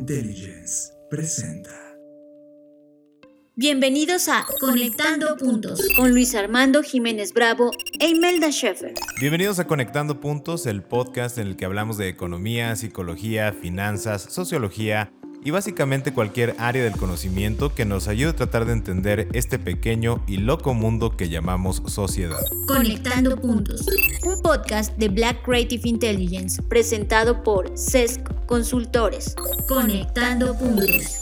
Intelligence presenta. Bienvenidos a Conectando Puntos con Luis Armando Jiménez Bravo e Imelda Schaefer. Bienvenidos a Conectando Puntos, el podcast en el que hablamos de economía, psicología, finanzas, sociología y básicamente cualquier área del conocimiento que nos ayude a tratar de entender este pequeño y loco mundo que llamamos sociedad. Conectando Puntos, un podcast de Black Creative Intelligence presentado por CESC Consultores. Conectando Puntos.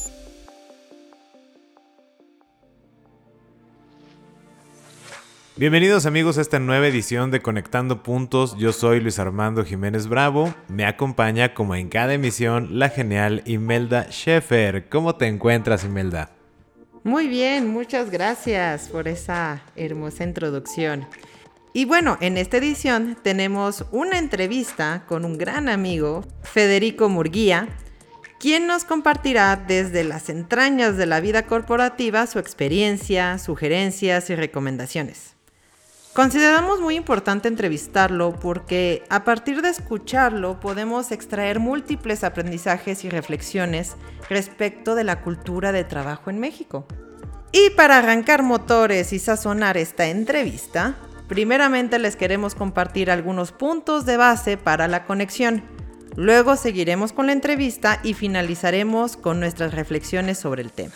Bienvenidos amigos a esta nueva edición de Conectando Puntos. Yo soy Luis Armando Jiménez Bravo. Me acompaña como en cada emisión la genial Imelda Schaefer. ¿Cómo te encuentras, Imelda? Muy bien, muchas gracias por esa hermosa introducción. Y bueno, en esta edición tenemos una entrevista con un gran amigo, Federico Murguía, quien nos compartirá desde las entrañas de la vida corporativa su experiencia, sugerencias y recomendaciones. Consideramos muy importante entrevistarlo porque a partir de escucharlo podemos extraer múltiples aprendizajes y reflexiones respecto de la cultura de trabajo en México. Y para arrancar motores y sazonar esta entrevista, primeramente les queremos compartir algunos puntos de base para la conexión. Luego seguiremos con la entrevista y finalizaremos con nuestras reflexiones sobre el tema.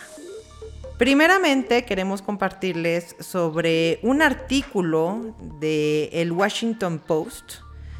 Primeramente queremos compartirles sobre un artículo de el Washington Post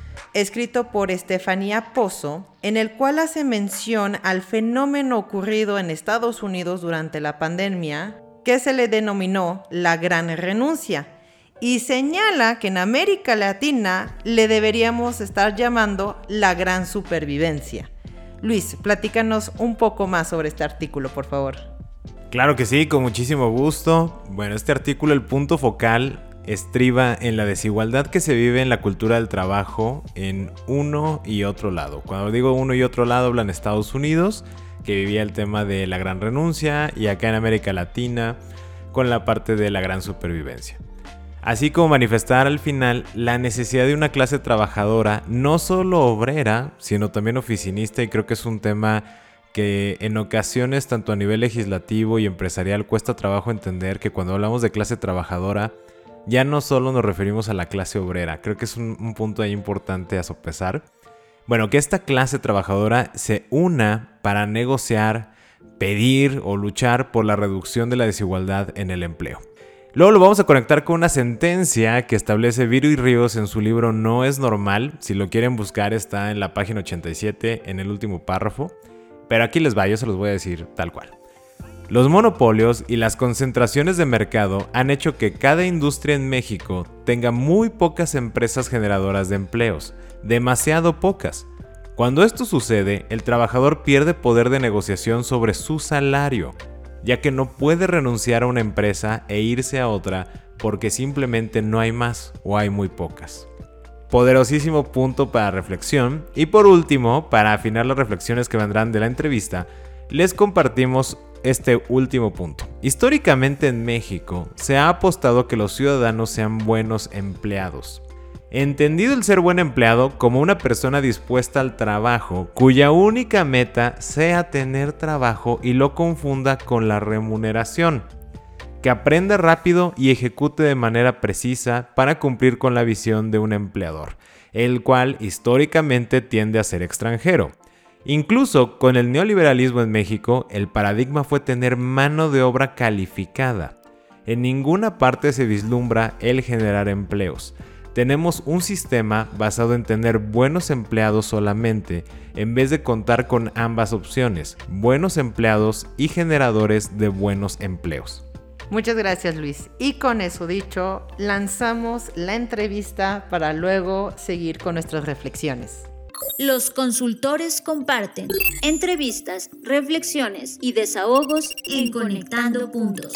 escrito por Estefanía Pozo, en el cual hace mención al fenómeno ocurrido en Estados Unidos durante la pandemia que se le denominó la gran renuncia y señala que en América Latina le deberíamos estar llamando la gran supervivencia. Luis, platícanos un poco más sobre este artículo, por favor. Claro que sí, con muchísimo gusto. Bueno, este artículo, el punto focal, estriba en la desigualdad que se vive en la cultura del trabajo en uno y otro lado. Cuando digo uno y otro lado, hablan Estados Unidos, que vivía el tema de la gran renuncia, y acá en América Latina, con la parte de la gran supervivencia. Así como manifestar al final la necesidad de una clase trabajadora, no solo obrera, sino también oficinista, y creo que es un tema que en ocasiones, tanto a nivel legislativo y empresarial, cuesta trabajo entender que cuando hablamos de clase trabajadora, ya no solo nos referimos a la clase obrera. Creo que es un punto ahí importante a sopesar. Bueno, que esta clase trabajadora se una para negociar, pedir o luchar por la reducción de la desigualdad en el empleo. Luego lo vamos a conectar con una sentencia que establece Viro y Ríos en su libro No es normal. Si lo quieren buscar, está en la página 87, en el último párrafo. Pero aquí les va, yo se los voy a decir tal cual. Los monopolios y las concentraciones de mercado han hecho que cada industria en México tenga muy pocas empresas generadoras de empleos, demasiado pocas. Cuando esto sucede, el trabajador pierde poder de negociación sobre su salario, ya que no puede renunciar a una empresa e irse a otra porque simplemente no hay más o hay muy pocas. Poderosísimo punto para reflexión. Y por último, para afinar las reflexiones que vendrán de la entrevista, les compartimos este último punto. Históricamente en México se ha apostado que los ciudadanos sean buenos empleados. Entendido el ser buen empleado como una persona dispuesta al trabajo, cuya única meta sea tener trabajo y lo confunda con la remuneración. Que aprenda rápido y ejecute de manera precisa para cumplir con la visión de un empleador, el cual históricamente tiende a ser extranjero. Incluso con el neoliberalismo en México, el paradigma fue tener mano de obra calificada. En ninguna parte se vislumbra el generar empleos. Tenemos un sistema basado en tener buenos empleados solamente, en vez de contar con ambas opciones, buenos empleados y generadores de buenos empleos. Muchas gracias, Luis. Y con eso dicho, lanzamos la entrevista para luego seguir con nuestras reflexiones. Los consultores comparten entrevistas, reflexiones y desahogos en Conectando Puntos.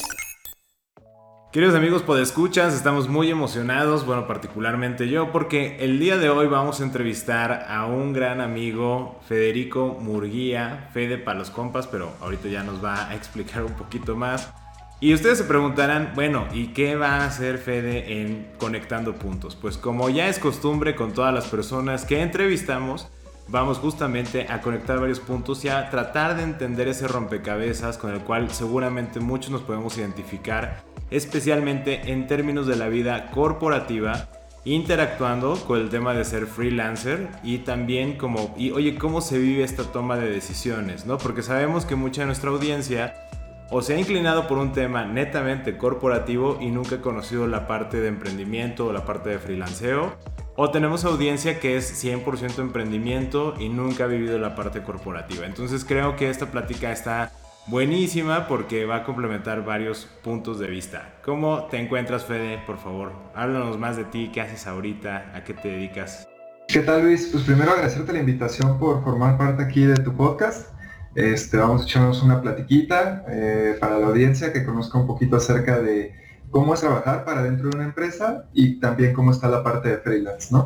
Queridos amigos podescuchas, estamos muy emocionados, bueno, particularmente yo, porque el día de hoy vamos a entrevistar a un gran amigo, Federico Murguía, Fede para los compas, pero ahorita ya nos va a explicar un poquito más. Y ustedes se preguntarán, bueno, ¿y qué va a hacer Fede en Conectando Puntos? Pues como ya es costumbre con todas las personas que entrevistamos, vamos justamente a conectar varios puntos y a tratar de entender ese rompecabezas con el cual seguramente muchos nos podemos identificar, especialmente en términos de la vida corporativa, interactuando con el tema de ser freelancer y también cómo se vive esta toma de decisiones, ¿no? Porque sabemos que mucha de nuestra audiencia o se ha inclinado por un tema netamente corporativo y nunca ha conocido la parte de emprendimiento o la parte de freelanceo, o tenemos audiencia que es 100% emprendimiento y nunca ha vivido la parte corporativa. Entonces creo que esta plática está buenísima porque va a complementar varios puntos de vista. ¿Cómo te encuentras, Fede? Por favor, háblanos más de ti, qué haces ahorita, a qué te dedicas. ¿Qué tal, Luis? Pues primero agradecerte la invitación por formar parte aquí de tu podcast. Vamos a echarnos una platiquita para la audiencia que conozca un poquito acerca de cómo es trabajar para dentro de una empresa y también cómo está la parte de freelance, ¿no?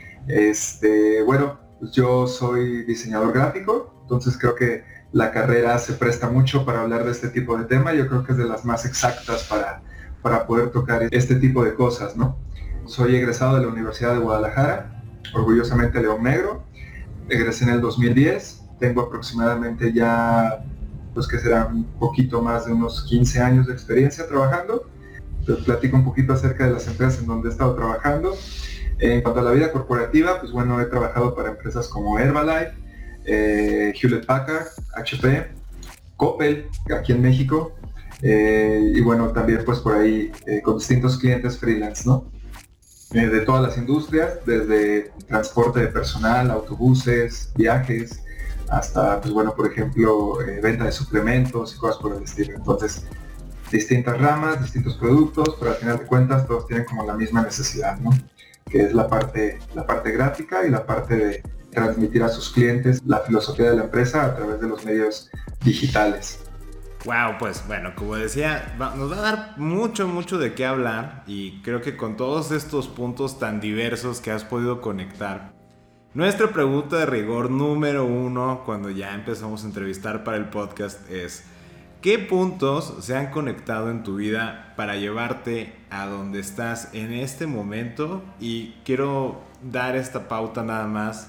Bueno, pues yo soy diseñador gráfico, entonces creo que la carrera se presta mucho para hablar de este tipo de tema. Yo creo que es de las más exactas para poder tocar este tipo de cosas, ¿no? Soy egresado de la Universidad de Guadalajara, orgullosamente León Negro. Egresé en el 2010. Tengo aproximadamente ya, pues que serán un poquito más de unos 15 años de experiencia trabajando. Te platico un poquito acerca de las empresas en donde he estado trabajando. En cuanto a la vida corporativa, pues bueno, he trabajado para empresas como Herbalife, Hewlett Packard, HP, Coppel, aquí en México, y bueno, también pues por ahí con distintos clientes freelance, ¿no? De todas las industrias, desde transporte de personal, autobuses, viajes, hasta, pues bueno, por ejemplo, venta de suplementos y cosas por el estilo. Entonces, distintas ramas, distintos productos, pero al final de cuentas todos tienen como la misma necesidad, ¿no? Que es la parte gráfica y la parte de transmitir a sus clientes la filosofía de la empresa a través de los medios digitales. Wow, pues bueno, como decía, nos va a dar mucho de qué hablar y creo que con todos estos puntos tan diversos que has podido conectar, nuestra pregunta de rigor número 1 cuando ya empezamos a entrevistar para el podcast es: ¿qué puntos se han conectado en tu vida para llevarte a donde estás en este momento? Y quiero dar esta pauta nada más.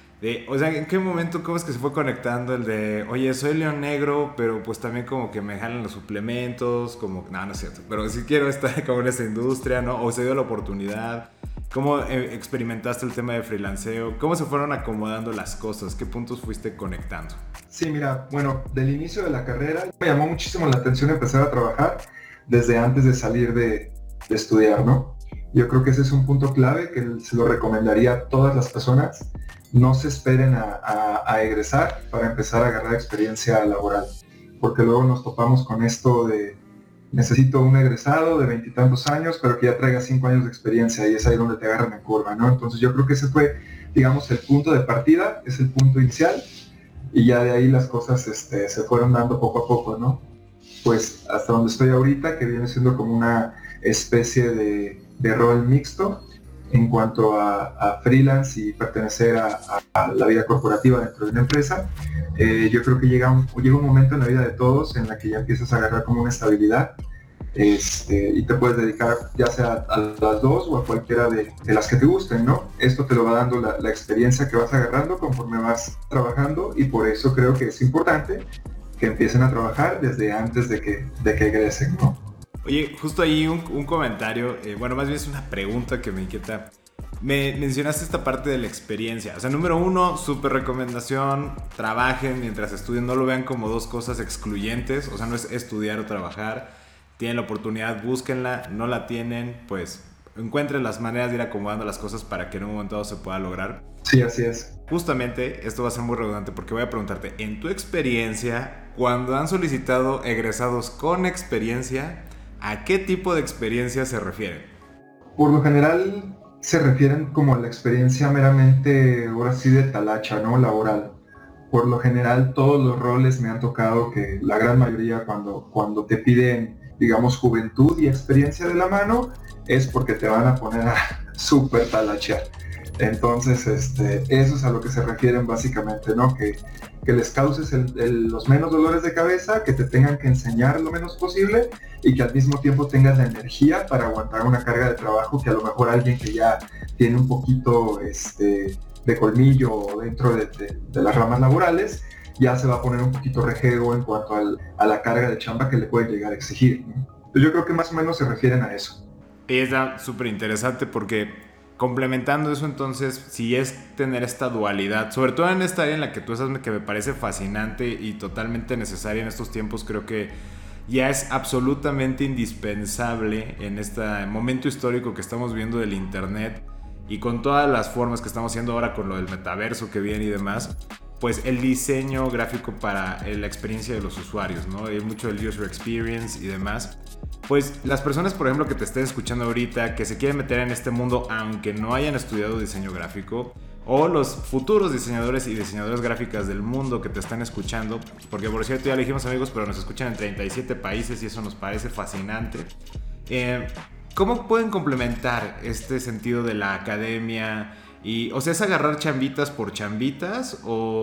O sea, ¿en qué momento, cómo es que se fue conectando el de, oye, soy León Negro, pero pues también como que me jalan los suplementos, como, no es cierto, pero sí quiero estar como en esa industria, ¿no? O se dio la oportunidad. ¿Cómo experimentaste el tema de freelanceo? ¿Cómo se fueron acomodando las cosas? ¿Qué puntos fuiste conectando? Sí, mira, bueno, del inicio de la carrera me llamó muchísimo la atención empezar a trabajar desde antes de salir de estudiar, ¿no? Yo creo que ese es un punto clave que se lo recomendaría a todas las personas. No se esperen a egresar para empezar a agarrar experiencia laboral, porque luego nos topamos con esto de necesito un egresado de 20 y tantos años, pero que ya traiga 5 años de experiencia, y es ahí donde te agarran en curva, ¿no? Entonces yo creo que ese fue, digamos, el punto de partida, es el punto inicial, y ya de ahí las cosas se fueron dando poco a poco, ¿no? Pues hasta donde estoy ahorita, que viene siendo como una especie de rol mixto en cuanto a freelance y pertenecer a la vida corporativa dentro de una empresa. Yo creo que llega un momento en la vida de todos en la que ya empiezas a agarrar como una estabilidad y te puedes dedicar ya sea a las dos o a cualquiera de las que te gusten, ¿no? Esto te lo va dando la experiencia que vas agarrando conforme vas trabajando, y por eso creo que es importante que empiecen a trabajar desde antes de que egresen, ¿no? Oye, justo ahí un comentario, bueno, más bien es una pregunta que me inquieta. Me mencionaste esta parte de la experiencia. O sea, número 1, súper recomendación, trabajen mientras estudien, no lo vean como dos cosas excluyentes. O sea, no es estudiar o trabajar. Tienen la oportunidad, búsquenla. No la tienen, pues encuentren las maneras de ir acomodando las cosas para que en un momento dado se pueda lograr. Sí, así es. Justamente, esto va a ser muy redundante porque voy a preguntarte, en tu experiencia, cuando han solicitado egresados con experiencia, ¿a qué tipo de experiencia se refieren? Por lo general se refieren como a la experiencia meramente, ahora sí, de talacha, ¿no? Laboral. Por lo general todos los roles me han tocado que la gran mayoría cuando te piden, digamos, juventud y experiencia de la mano, es porque te van a poner a súper talachear. Entonces, eso es a lo que se refieren básicamente, ¿no? Que les causes los menos dolores de cabeza, que te tengan que enseñar lo menos posible y que al mismo tiempo tengas la energía para aguantar una carga de trabajo que a lo mejor alguien que ya tiene un poquito de colmillo o dentro de las ramas laborales, ya se va a poner un poquito rejego en cuanto a la carga de chamba que le puede llegar a exigir, ¿no? Entonces yo creo que más o menos se refieren a eso. Y está súper interesante porque complementando eso, entonces, si es tener esta dualidad, sobre todo en esta área en la que tú estás, que me parece fascinante y totalmente necesaria en estos tiempos, creo que ya es absolutamente indispensable en este momento histórico que estamos viendo del internet y con todas las formas que estamos haciendo ahora con lo del metaverso que viene y demás, pues el diseño gráfico para la experiencia de los usuarios, ¿no? Hay mucho del user experience y demás. Pues las personas, por ejemplo, que te estén escuchando ahorita, que se quieren meter en este mundo aunque no hayan estudiado diseño gráfico, o los futuros diseñadores y diseñadoras gráficas del mundo que te están escuchando, porque por cierto ya le dijimos amigos, pero nos escuchan en 37 países y eso nos parece fascinante. ¿Cómo pueden complementar este sentido de la academia? Y, o sea, ¿es agarrar chambitas por chambitas?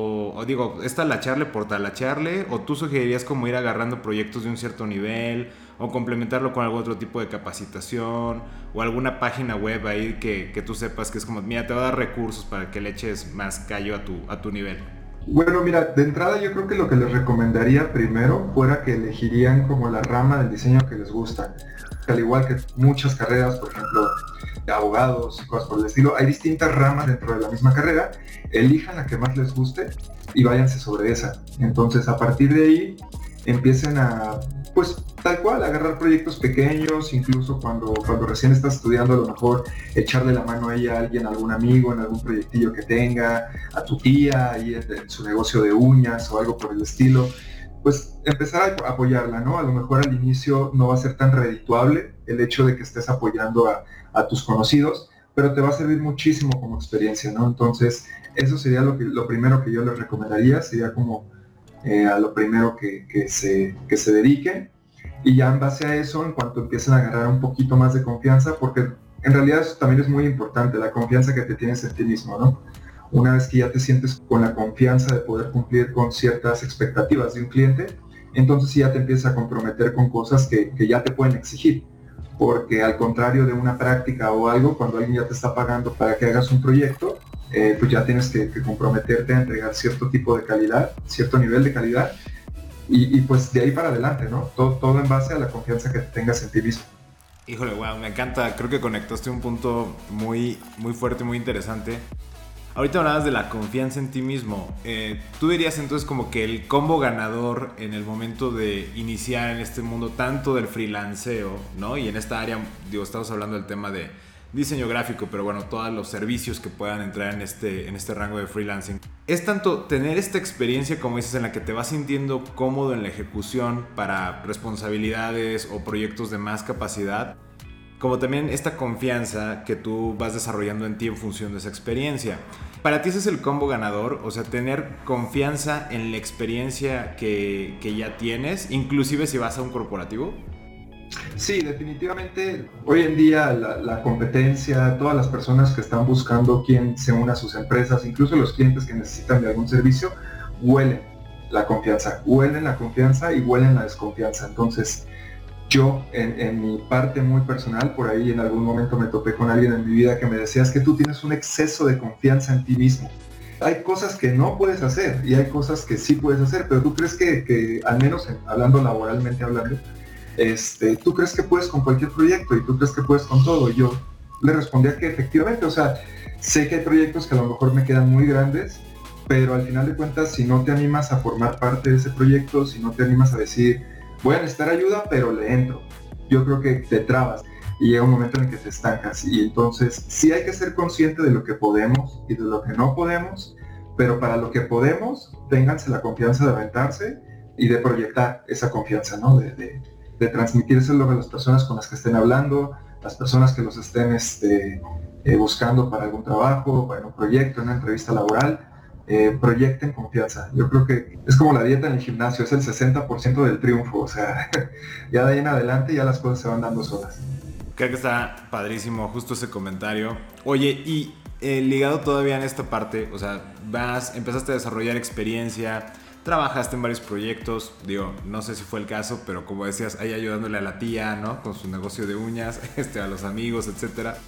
O digo, ¿es talacharle por talacharle? ¿O tú sugerirías como ir agarrando proyectos de un cierto nivel? ¿O complementarlo con algún otro tipo de capacitación? ¿O alguna página web ahí que tú sepas que es como, mira, te va a dar recursos para que le eches más callo a tu nivel? Bueno, mira, de entrada yo creo que lo que les recomendaría primero fuera que elegirían como la rama del diseño que les gusta. Al igual que muchas carreras, por ejemplo, de abogados y cosas por el estilo, hay distintas ramas dentro de la misma carrera. Elijan la que más les guste y váyanse sobre esa. Entonces, a partir de ahí, empiecen a, pues, tal cual, agarrar proyectos pequeños, incluso cuando recién estás estudiando, a lo mejor echarle la mano a ella, a alguien, a algún amigo, en algún proyectillo que tenga, a tu tía, ahí en su negocio de uñas o algo por el estilo. Pues empezar a apoyarla, ¿no? A lo mejor al inicio no va a ser tan redituable el hecho de que estés apoyando a tus conocidos, pero te va a servir muchísimo como experiencia, ¿no? Entonces, eso sería lo primero que yo les recomendaría, sería como a lo primero que se dediquen, y ya en base a eso, en cuanto empiecen a agarrar un poquito más de confianza, porque en realidad eso también es muy importante, la confianza que te tienes en ti mismo, ¿no? Una vez que ya te sientes con la confianza de poder cumplir con ciertas expectativas de un cliente, entonces sí ya te empiezas a comprometer con cosas que ya te pueden exigir. Porque al contrario de una práctica o algo, cuando alguien ya te está pagando para que hagas un proyecto, pues ya tienes que comprometerte a entregar cierto tipo de calidad, cierto nivel de calidad, y pues de ahí para adelante, ¿no? Todo en base a la confianza que tengas en ti mismo. Híjole, wow, me encanta. Creo que conectaste un punto muy, muy fuerte, muy interesante. Ahorita hablabas de la confianza en ti mismo. ¿Tú dirías entonces como que el combo ganador en el momento de iniciar en este mundo tanto del freelanceo, ¿no? Y en esta área, digo, estamos hablando del tema de diseño gráfico, pero bueno, todos los servicios que puedan entrar en este rango de freelancing. Es tanto tener esta experiencia, como dices, en la que te vas sintiendo cómodo en la ejecución para responsabilidades o proyectos de más capacidad, como también esta confianza que tú vas desarrollando en ti en función de esa experiencia. Para ti ese es el combo ganador, o sea, tener confianza en la experiencia que ya tienes, inclusive si vas a un corporativo. Sí, definitivamente hoy en día la competencia, todas las personas que están buscando quién se una a sus empresas, incluso los clientes que necesitan de algún servicio, huelen la confianza y huelen la desconfianza. Entonces, yo, en mi parte muy personal, por ahí en algún momento me topé con alguien en mi vida que me decía, es que tú tienes un exceso de confianza en ti mismo. Hay cosas que no puedes hacer y hay cosas que sí puedes hacer, pero tú crees que al menos hablando laboralmente hablando, tú crees que puedes con cualquier proyecto y tú crees que puedes con todo. Y yo le respondía que efectivamente, o sea, sé que hay proyectos que a lo mejor me quedan muy grandes, pero al final de cuentas, si no te animas a formar parte de ese proyecto, si no te animas a decir, voy a necesitar ayuda, pero le entro, yo creo que te trabas y llega un momento en el que te estancas. Y entonces sí hay que ser consciente de lo que podemos y de lo que no podemos, pero para lo que podemos, ténganse la confianza de aventarse y de proyectar esa confianza, ¿no? De transmitírselo a las personas con las que estén hablando, las personas que los estén buscando para algún trabajo, para un proyecto, una entrevista laboral. Proyecten confianza. Yo creo que es como la dieta en el gimnasio, es el 60% del triunfo, o sea, ya de ahí en adelante ya las cosas se van dando solas. Creo que está padrísimo justo ese comentario. Oye, y ligado todavía en esta parte, o sea, empezaste a desarrollar experiencia, trabajaste en varios proyectos, digo, no sé si fue el caso, pero como decías, ahí ayudándole a la tía, ¿no? Con su negocio de uñas, a los amigos, etcétera.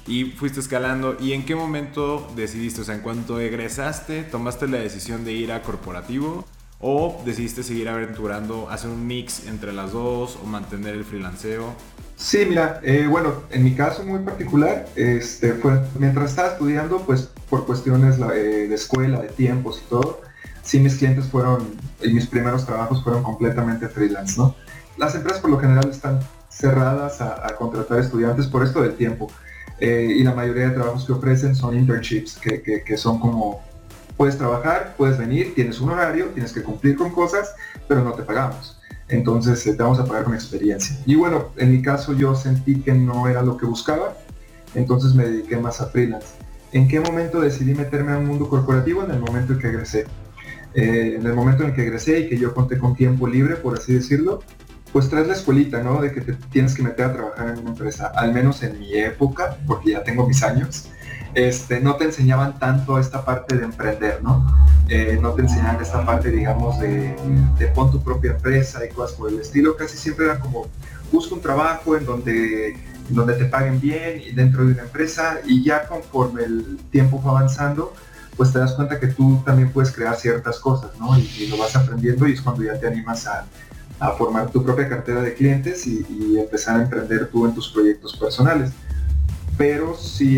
y fuiste escalando. ¿Y en qué momento decidiste? O sea, en cuanto egresaste, ¿tomaste la decisión de ir a corporativo o decidiste seguir aventurando, hacer un mix entre las dos o mantener el freelanceo? Sí, mira, bueno, en mi caso muy particular, fue mientras estaba estudiando, pues por cuestiones de escuela, de tiempos y todo, sí mis clientes y mis primeros trabajos fueron completamente freelance, ¿no? Las empresas por lo general están cerradas a contratar estudiantes por esto del tiempo, y la mayoría de trabajos que ofrecen son internships, que son como, puedes trabajar, puedes venir, tienes un horario, tienes que cumplir con cosas, pero no te pagamos. Entonces te vamos a pagar con experiencia. Y bueno, en mi caso yo sentí que no era lo que buscaba, entonces me dediqué más a freelance. ¿En qué momento decidí meterme a un mundo corporativo? En el momento en que egresé. En el momento en que egresé y que yo conté con tiempo libre, por así decirlo, pues traes la escuelita, ¿no? De que te tienes que meter a trabajar en una empresa. Al menos en mi época, porque ya tengo mis años, no te enseñaban tanto esta parte de emprender, ¿no? No te enseñaban esta parte, digamos, de pon tu propia empresa y cosas por el estilo. Casi siempre era como, busca un trabajo en donde te paguen bien y dentro de una empresa, y ya conforme el tiempo fue avanzando, pues te das cuenta que tú también puedes crear ciertas cosas, ¿no? Y lo vas aprendiendo, y es cuando ya te animas a formar tu propia cartera de clientes y empezar a emprender tú en tus proyectos personales. Pero sí,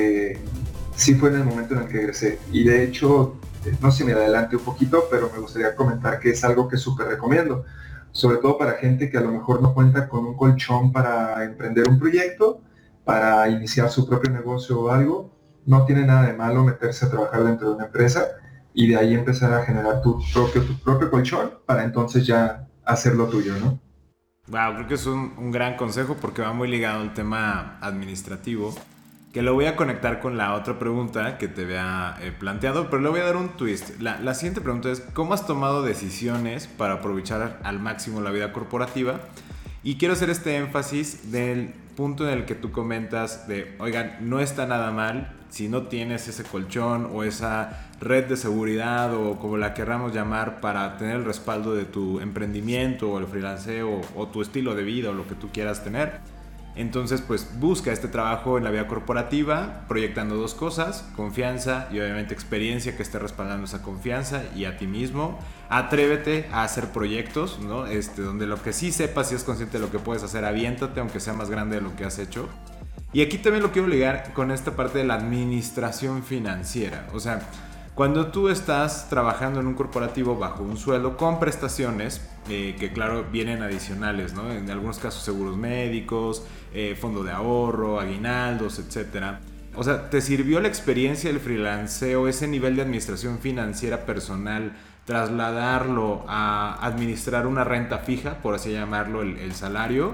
sí fue en el momento en el que egresé. Y de hecho, no sé si me adelante un poquito, pero me gustaría comentar que es algo que súper recomiendo. Sobre todo para gente que a lo mejor no cuenta con un colchón para emprender un proyecto, para iniciar su propio negocio o algo. No tiene nada de malo meterse a trabajar dentro de una empresa y de ahí empezar a generar tu propio colchón para entonces ya hacer lo tuyo, ¿no? Wow, creo que es un gran consejo porque va muy ligado al tema administrativo, que lo voy a conectar con la otra pregunta que te había planteado, pero le voy a dar un twist. La siguiente pregunta es, ¿cómo has tomado decisiones para aprovechar al máximo la vida corporativa? Y quiero hacer este énfasis del punto en el que tú comentas de, oigan, no está nada mal si no tienes ese colchón o esa red de seguridad o como la querramos llamar para tener el respaldo de tu emprendimiento o el freelanceo o tu estilo de vida o lo que tú quieras tener. Entonces, pues busca este trabajo en la vida corporativa, proyectando dos cosas, confianza y obviamente experiencia que esté respaldando esa confianza y a ti mismo. Atrévete a hacer proyectos, ¿no? Donde lo que sí sepas, si es consciente de lo que puedes hacer, aviéntate, aunque sea más grande de lo que has hecho. Y aquí también lo quiero ligar con esta parte de la administración financiera. O sea, cuando tú estás trabajando en un corporativo bajo un sueldo con prestaciones, que claro vienen adicionales, ¿no? En algunos casos seguros médicos, fondo de ahorro, aguinaldos, etc. O sea, ¿te sirvió la experiencia del freelanceo, ese nivel de administración financiera personal, trasladarlo a administrar una renta fija, por así llamarlo, el salario?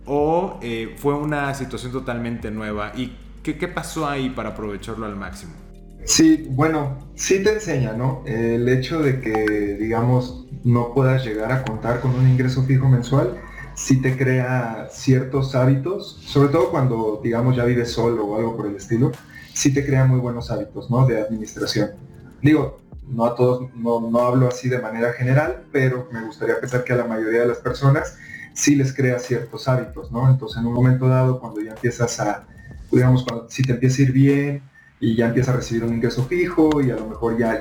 ¿O fue una situación totalmente nueva? ¿Y qué pasó ahí para aprovecharlo al máximo? Sí, bueno, sí te enseña, ¿no? El hecho de que, digamos, no puedas llegar a contar con un ingreso fijo mensual, sí te crea ciertos hábitos, sobre todo cuando, digamos, ya vives solo o algo por el estilo, sí te crea muy buenos hábitos, ¿no? De administración. Digo, no a todos, no hablo así de manera general, pero me gustaría pensar que a la mayoría de las personas sí les crea ciertos hábitos, ¿no? Entonces, en un momento dado, cuando ya empiezas digamos, si te empieza a ir bien, y ya empieza a recibir un ingreso fijo y a lo mejor ya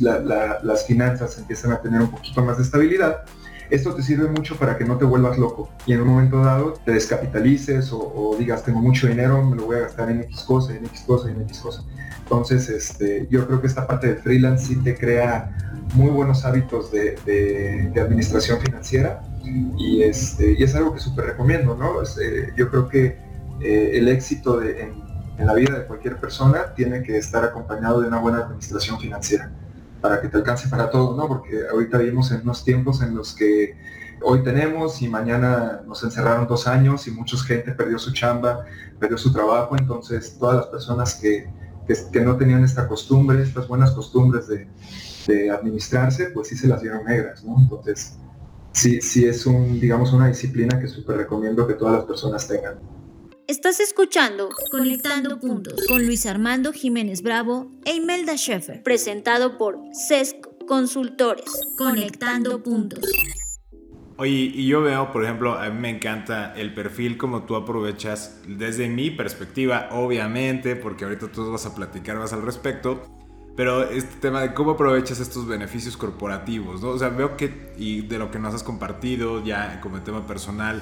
las finanzas empiezan a tener un poquito más de estabilidad, esto te sirve mucho para que no te vuelvas loco y en un momento dado te descapitalices o digas tengo mucho dinero, me lo voy a gastar en X cosa, en X cosa, en X cosa. Entonces yo creo que esta parte de freelance sí te crea muy buenos hábitos de administración financiera y es algo que súper recomiendo, ¿no? Yo creo que el éxito en la vida de cualquier persona tiene que estar acompañado de una buena administración financiera para que te alcance para todo, ¿no? Porque ahorita vivimos en unos tiempos en los que hoy tenemos y mañana nos encerraron 2 años y mucha gente perdió su chamba, perdió su trabajo, entonces todas las personas que no tenían esta costumbre, estas buenas costumbres de administrarse, pues sí se las vieron negras, ¿no? Entonces sí es digamos una disciplina que súper recomiendo que todas las personas tengan. Estás escuchando Conectando Puntos con Luis Armando Jiménez Bravo e Imelda Schaefer, presentado por CESC Consultores. Conectando Puntos. Oye, y yo veo, por ejemplo, a mí me encanta el perfil como tú aprovechas, desde mi perspectiva, obviamente, porque ahorita tú vas a platicar más al respecto, pero este tema de cómo aprovechas estos beneficios corporativos, ¿no? O sea, veo que, y de lo que nos has compartido ya como tema personal,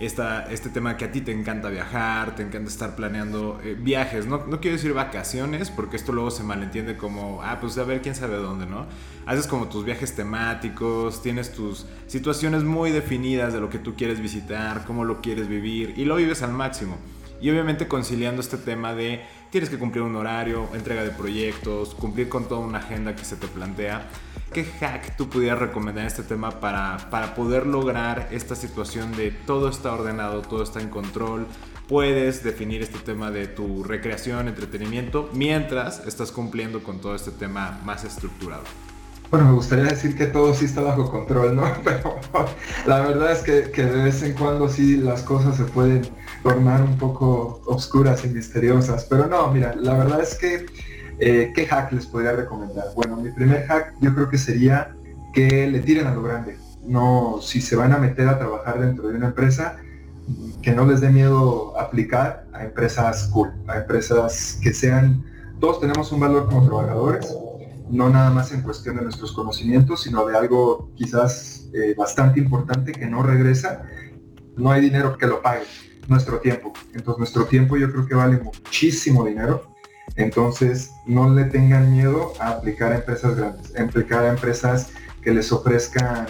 este tema que a ti te encanta viajar, te encanta estar planeando viajes, no quiero decir vacaciones, porque esto luego se malentiende como, pues a ver quién sabe dónde, ¿no? Haces como tus viajes temáticos, tienes tus situaciones muy definidas de lo que tú quieres visitar, cómo lo quieres vivir, y lo vives al máximo. Y obviamente conciliando este tema de tienes que cumplir un horario, entrega de proyectos, cumplir con toda una agenda que se te plantea. ¿Qué hack tú pudieras recomendar en este tema para poder lograr esta situación de todo está ordenado, todo está en control? Puedes definir este tema de tu recreación, entretenimiento, mientras estás cumpliendo con todo este tema más estructurado. Bueno, me gustaría decir que todo sí está bajo control, ¿no? Pero la verdad es que de vez en cuando sí las cosas se pueden tornar un poco oscuras y misteriosas. Pero no, mira, la verdad es que ¿qué hack les podría recomendar? Bueno, mi primer hack yo creo que sería que le tiren a lo grande. No, si se van a meter a trabajar dentro de una empresa, que no les dé miedo aplicar a empresas cool, a empresas que sean, todos tenemos un valor como trabajadores, no nada más en cuestión de nuestros conocimientos, sino de algo quizás bastante importante que no regresa. No hay dinero que lo pague, nuestro tiempo. Entonces nuestro tiempo yo creo que vale muchísimo dinero. Entonces no le tengan miedo a aplicar a empresas grandes, a aplicar a empresas que les ofrezcan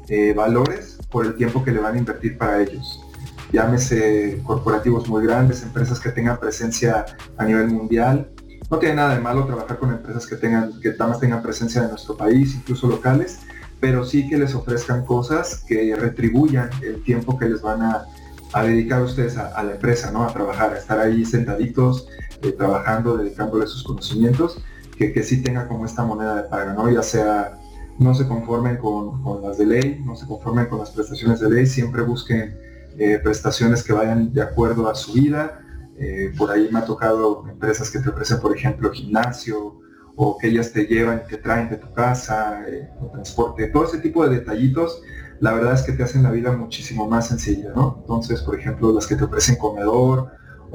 valores por el tiempo que le van a invertir para ellos. Llámese corporativos muy grandes, empresas que tengan presencia a nivel mundial. No tiene nada de malo trabajar con empresas que más tengan presencia en nuestro país, incluso locales, pero sí que les ofrezcan cosas que retribuyan el tiempo que les van a dedicar ustedes a la empresa, ¿no? A trabajar, a estar ahí sentaditos, trabajando, dedicándole sus conocimientos, que sí tenga como esta moneda de paga, ¿no? Ya sea, no se conformen con las de ley, no se conformen con las prestaciones de ley, siempre busquen prestaciones que vayan de acuerdo a su vida. Por ahí me ha tocado empresas que te ofrecen, por ejemplo, gimnasio, o que ellas te llevan y te traen de tu casa, transporte, todo ese tipo de detallitos, la verdad es que te hacen la vida muchísimo más sencilla, ¿no? Entonces, por ejemplo, las que te ofrecen comedor,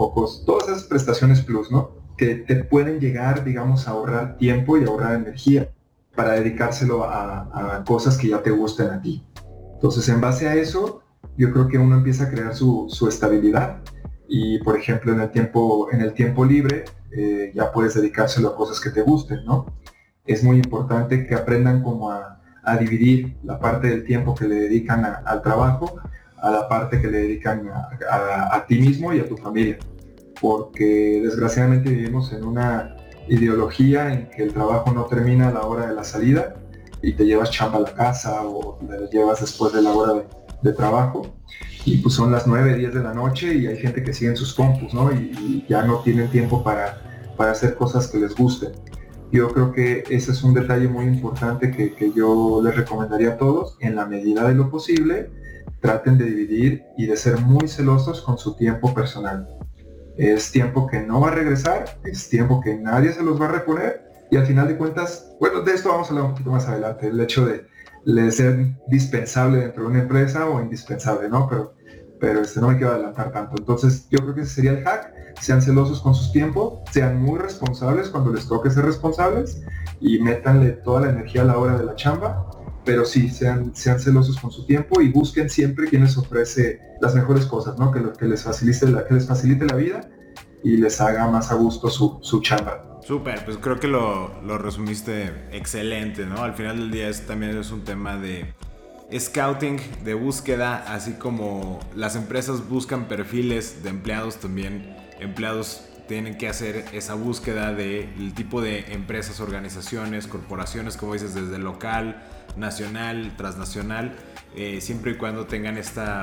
o todas esas prestaciones plus, ¿no? Que te pueden llegar, digamos, a ahorrar tiempo y ahorrar energía para dedicárselo a cosas que ya te gusten a ti. Entonces, en base a eso, yo creo que uno empieza a crear su estabilidad. Y por ejemplo en el tiempo libre ya puedes dedicárselo a cosas que te gusten, ¿no? Es muy importante que aprendan como a dividir la parte del tiempo que le dedican al trabajo a la parte que le dedican a ti mismo y a tu familia, porque desgraciadamente vivimos en una ideología en que el trabajo no termina a la hora de la salida y te llevas chamba a la casa o te llevas después de la hora de trabajo. Y pues son las 9, 10 de la noche y hay gente que sigue en sus compus, ¿no? Y ya no tienen tiempo para hacer cosas que les gusten. Yo creo que ese es un detalle muy importante que yo les recomendaría a todos. En la medida de lo posible, traten de dividir y de ser muy celosos con su tiempo personal. Es tiempo que no va a regresar, es tiempo que nadie se los va a reponer y al final de cuentas, bueno, de esto vamos a hablar un poquito más adelante, el hecho de ser dispensable dentro de una empresa o indispensable, ¿no? Pero no me quiero adelantar tanto. Entonces yo creo que ese sería el hack. Sean celosos con sus tiempos, sean muy responsables cuando les toque ser responsables y métanle toda la energía a la hora de la chamba, pero sí, sean celosos con su tiempo y busquen siempre quien les ofrece las mejores cosas, ¿no? Que les facilite la vida y les haga más a gusto su chamba. Súper, pues creo que lo resumiste excelente, ¿no? Al final del día también es un tema de scouting, de búsqueda, así como las empresas buscan perfiles de empleados, también empleados tienen que hacer esa búsqueda del tipo de empresas, organizaciones, corporaciones, como dices, desde local, nacional, transnacional, siempre y cuando tengan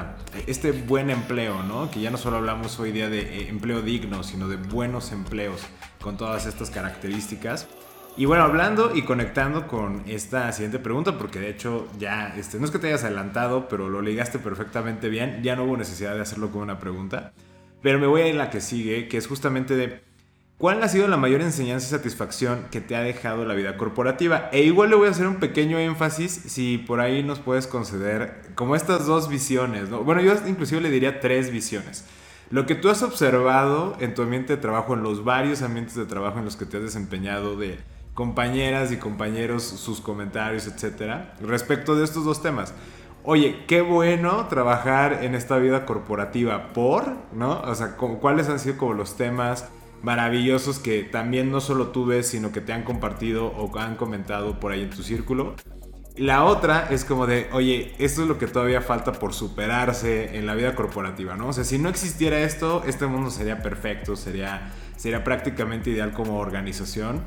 este buen empleo, ¿no? Que ya no solo hablamos hoy día de empleo digno, sino de buenos empleos con todas estas características. Y bueno, hablando y conectando con esta siguiente pregunta, porque de hecho ya, no es que te hayas adelantado, pero lo ligaste perfectamente bien, ya no hubo necesidad de hacerlo con una pregunta, pero me voy a ir a la que sigue, que es justamente de ¿cuál ha sido la mayor enseñanza y satisfacción que te ha dejado la vida corporativa? E igual le voy a hacer un pequeño énfasis si por ahí nos puedes conceder como estas 2 visiones, ¿no? Bueno, yo inclusive le diría 3 visiones. Lo que tú has observado en tu ambiente de trabajo, en los varios ambientes de trabajo en los que te has desempeñado, de compañeras y compañeros, sus comentarios, etcétera, respecto de estos 2 temas. Oye, qué bueno trabajar en esta vida corporativa ¿no? O sea, ¿cuáles han sido como los temas maravillosos que también no solo tú ves, sino que te han compartido o han comentado por ahí en tu círculo? La otra es como de, oye, esto es lo que todavía falta por superarse en la vida corporativa, ¿no? O sea, si no existiera esto, este mundo sería perfecto, sería prácticamente ideal como organización.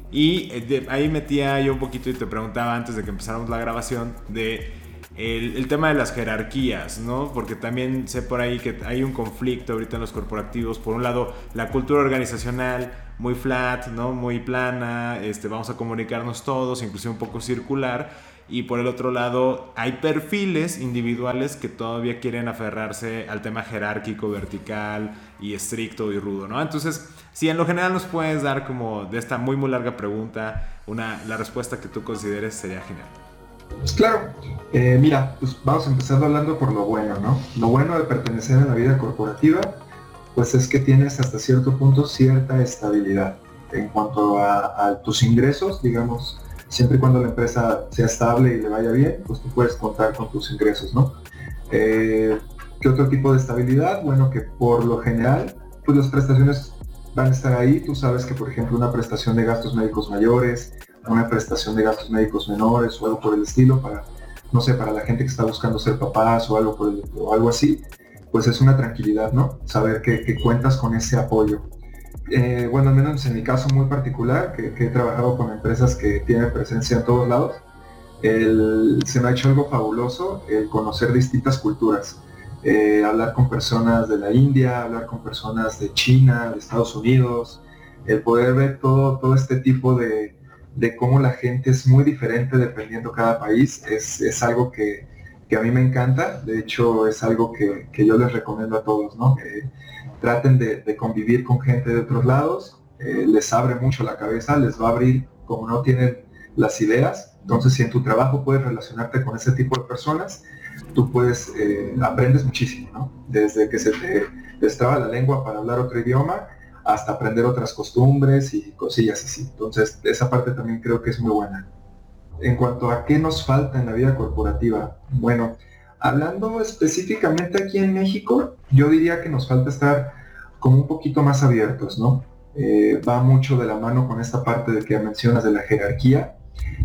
Y ahí metía yo un poquito y te preguntaba antes de que empezáramos la grabación de el tema de las jerarquías, ¿no? Porque también sé por ahí que hay un conflicto ahorita en los corporativos. Por un lado, la cultura organizacional muy flat, ¿no? Muy plana, vamos a comunicarnos todos, inclusive un poco circular. Y por el otro lado, hay perfiles individuales que todavía quieren aferrarse al tema jerárquico, vertical y estricto y rudo, ¿no? Entonces, si en lo general nos puedes dar como de esta muy larga pregunta, la respuesta que tú consideres, sería genial. Pues claro, mira, pues vamos a empezar hablando por lo bueno, ¿no? Lo bueno de pertenecer a la vida corporativa, pues es que tienes hasta cierto punto cierta estabilidad en cuanto a tus ingresos, digamos, siempre y cuando la empresa sea estable y le vaya bien, pues tú puedes contar con tus ingresos, ¿no? ¿Qué otro tipo de estabilidad? Bueno, que por lo general, pues las prestaciones van a estar ahí. Tú sabes que, por ejemplo, una prestación de gastos médicos mayores, una prestación de gastos médicos menores o algo por el estilo para, no sé, para la gente que está buscando ser papás o algo así, pues es una tranquilidad, ¿no? Saber que cuentas con ese apoyo. Bueno, al menos en mi caso muy particular, que he trabajado con empresas que tienen presencia en todos lados, se me ha hecho algo fabuloso el conocer distintas culturas. Hablar con personas de la India, hablar con personas de China, de Estados Unidos, el poder ver todo este tipo de cómo la gente es muy diferente dependiendo cada país, es algo que a mí me encanta. De hecho, es algo que yo les recomiendo a todos, ¿no? Que traten de convivir con gente de otros lados, les abre mucho la cabeza, les va a abrir como no tienen las ideas. Entonces, si en tu trabajo puedes relacionarte con ese tipo de personas, tú aprendes muchísimo, ¿no? Desde que se te destraba la lengua para hablar otro idioma, hasta aprender otras costumbres y cosillas así. Entonces, esa parte también creo que es muy buena. En cuanto a qué nos falta en la vida corporativa, bueno, hablando específicamente aquí en México, yo diría que nos falta estar como un poquito más abiertos, ¿no? Va mucho de la mano con esta parte de que mencionas de la jerarquía.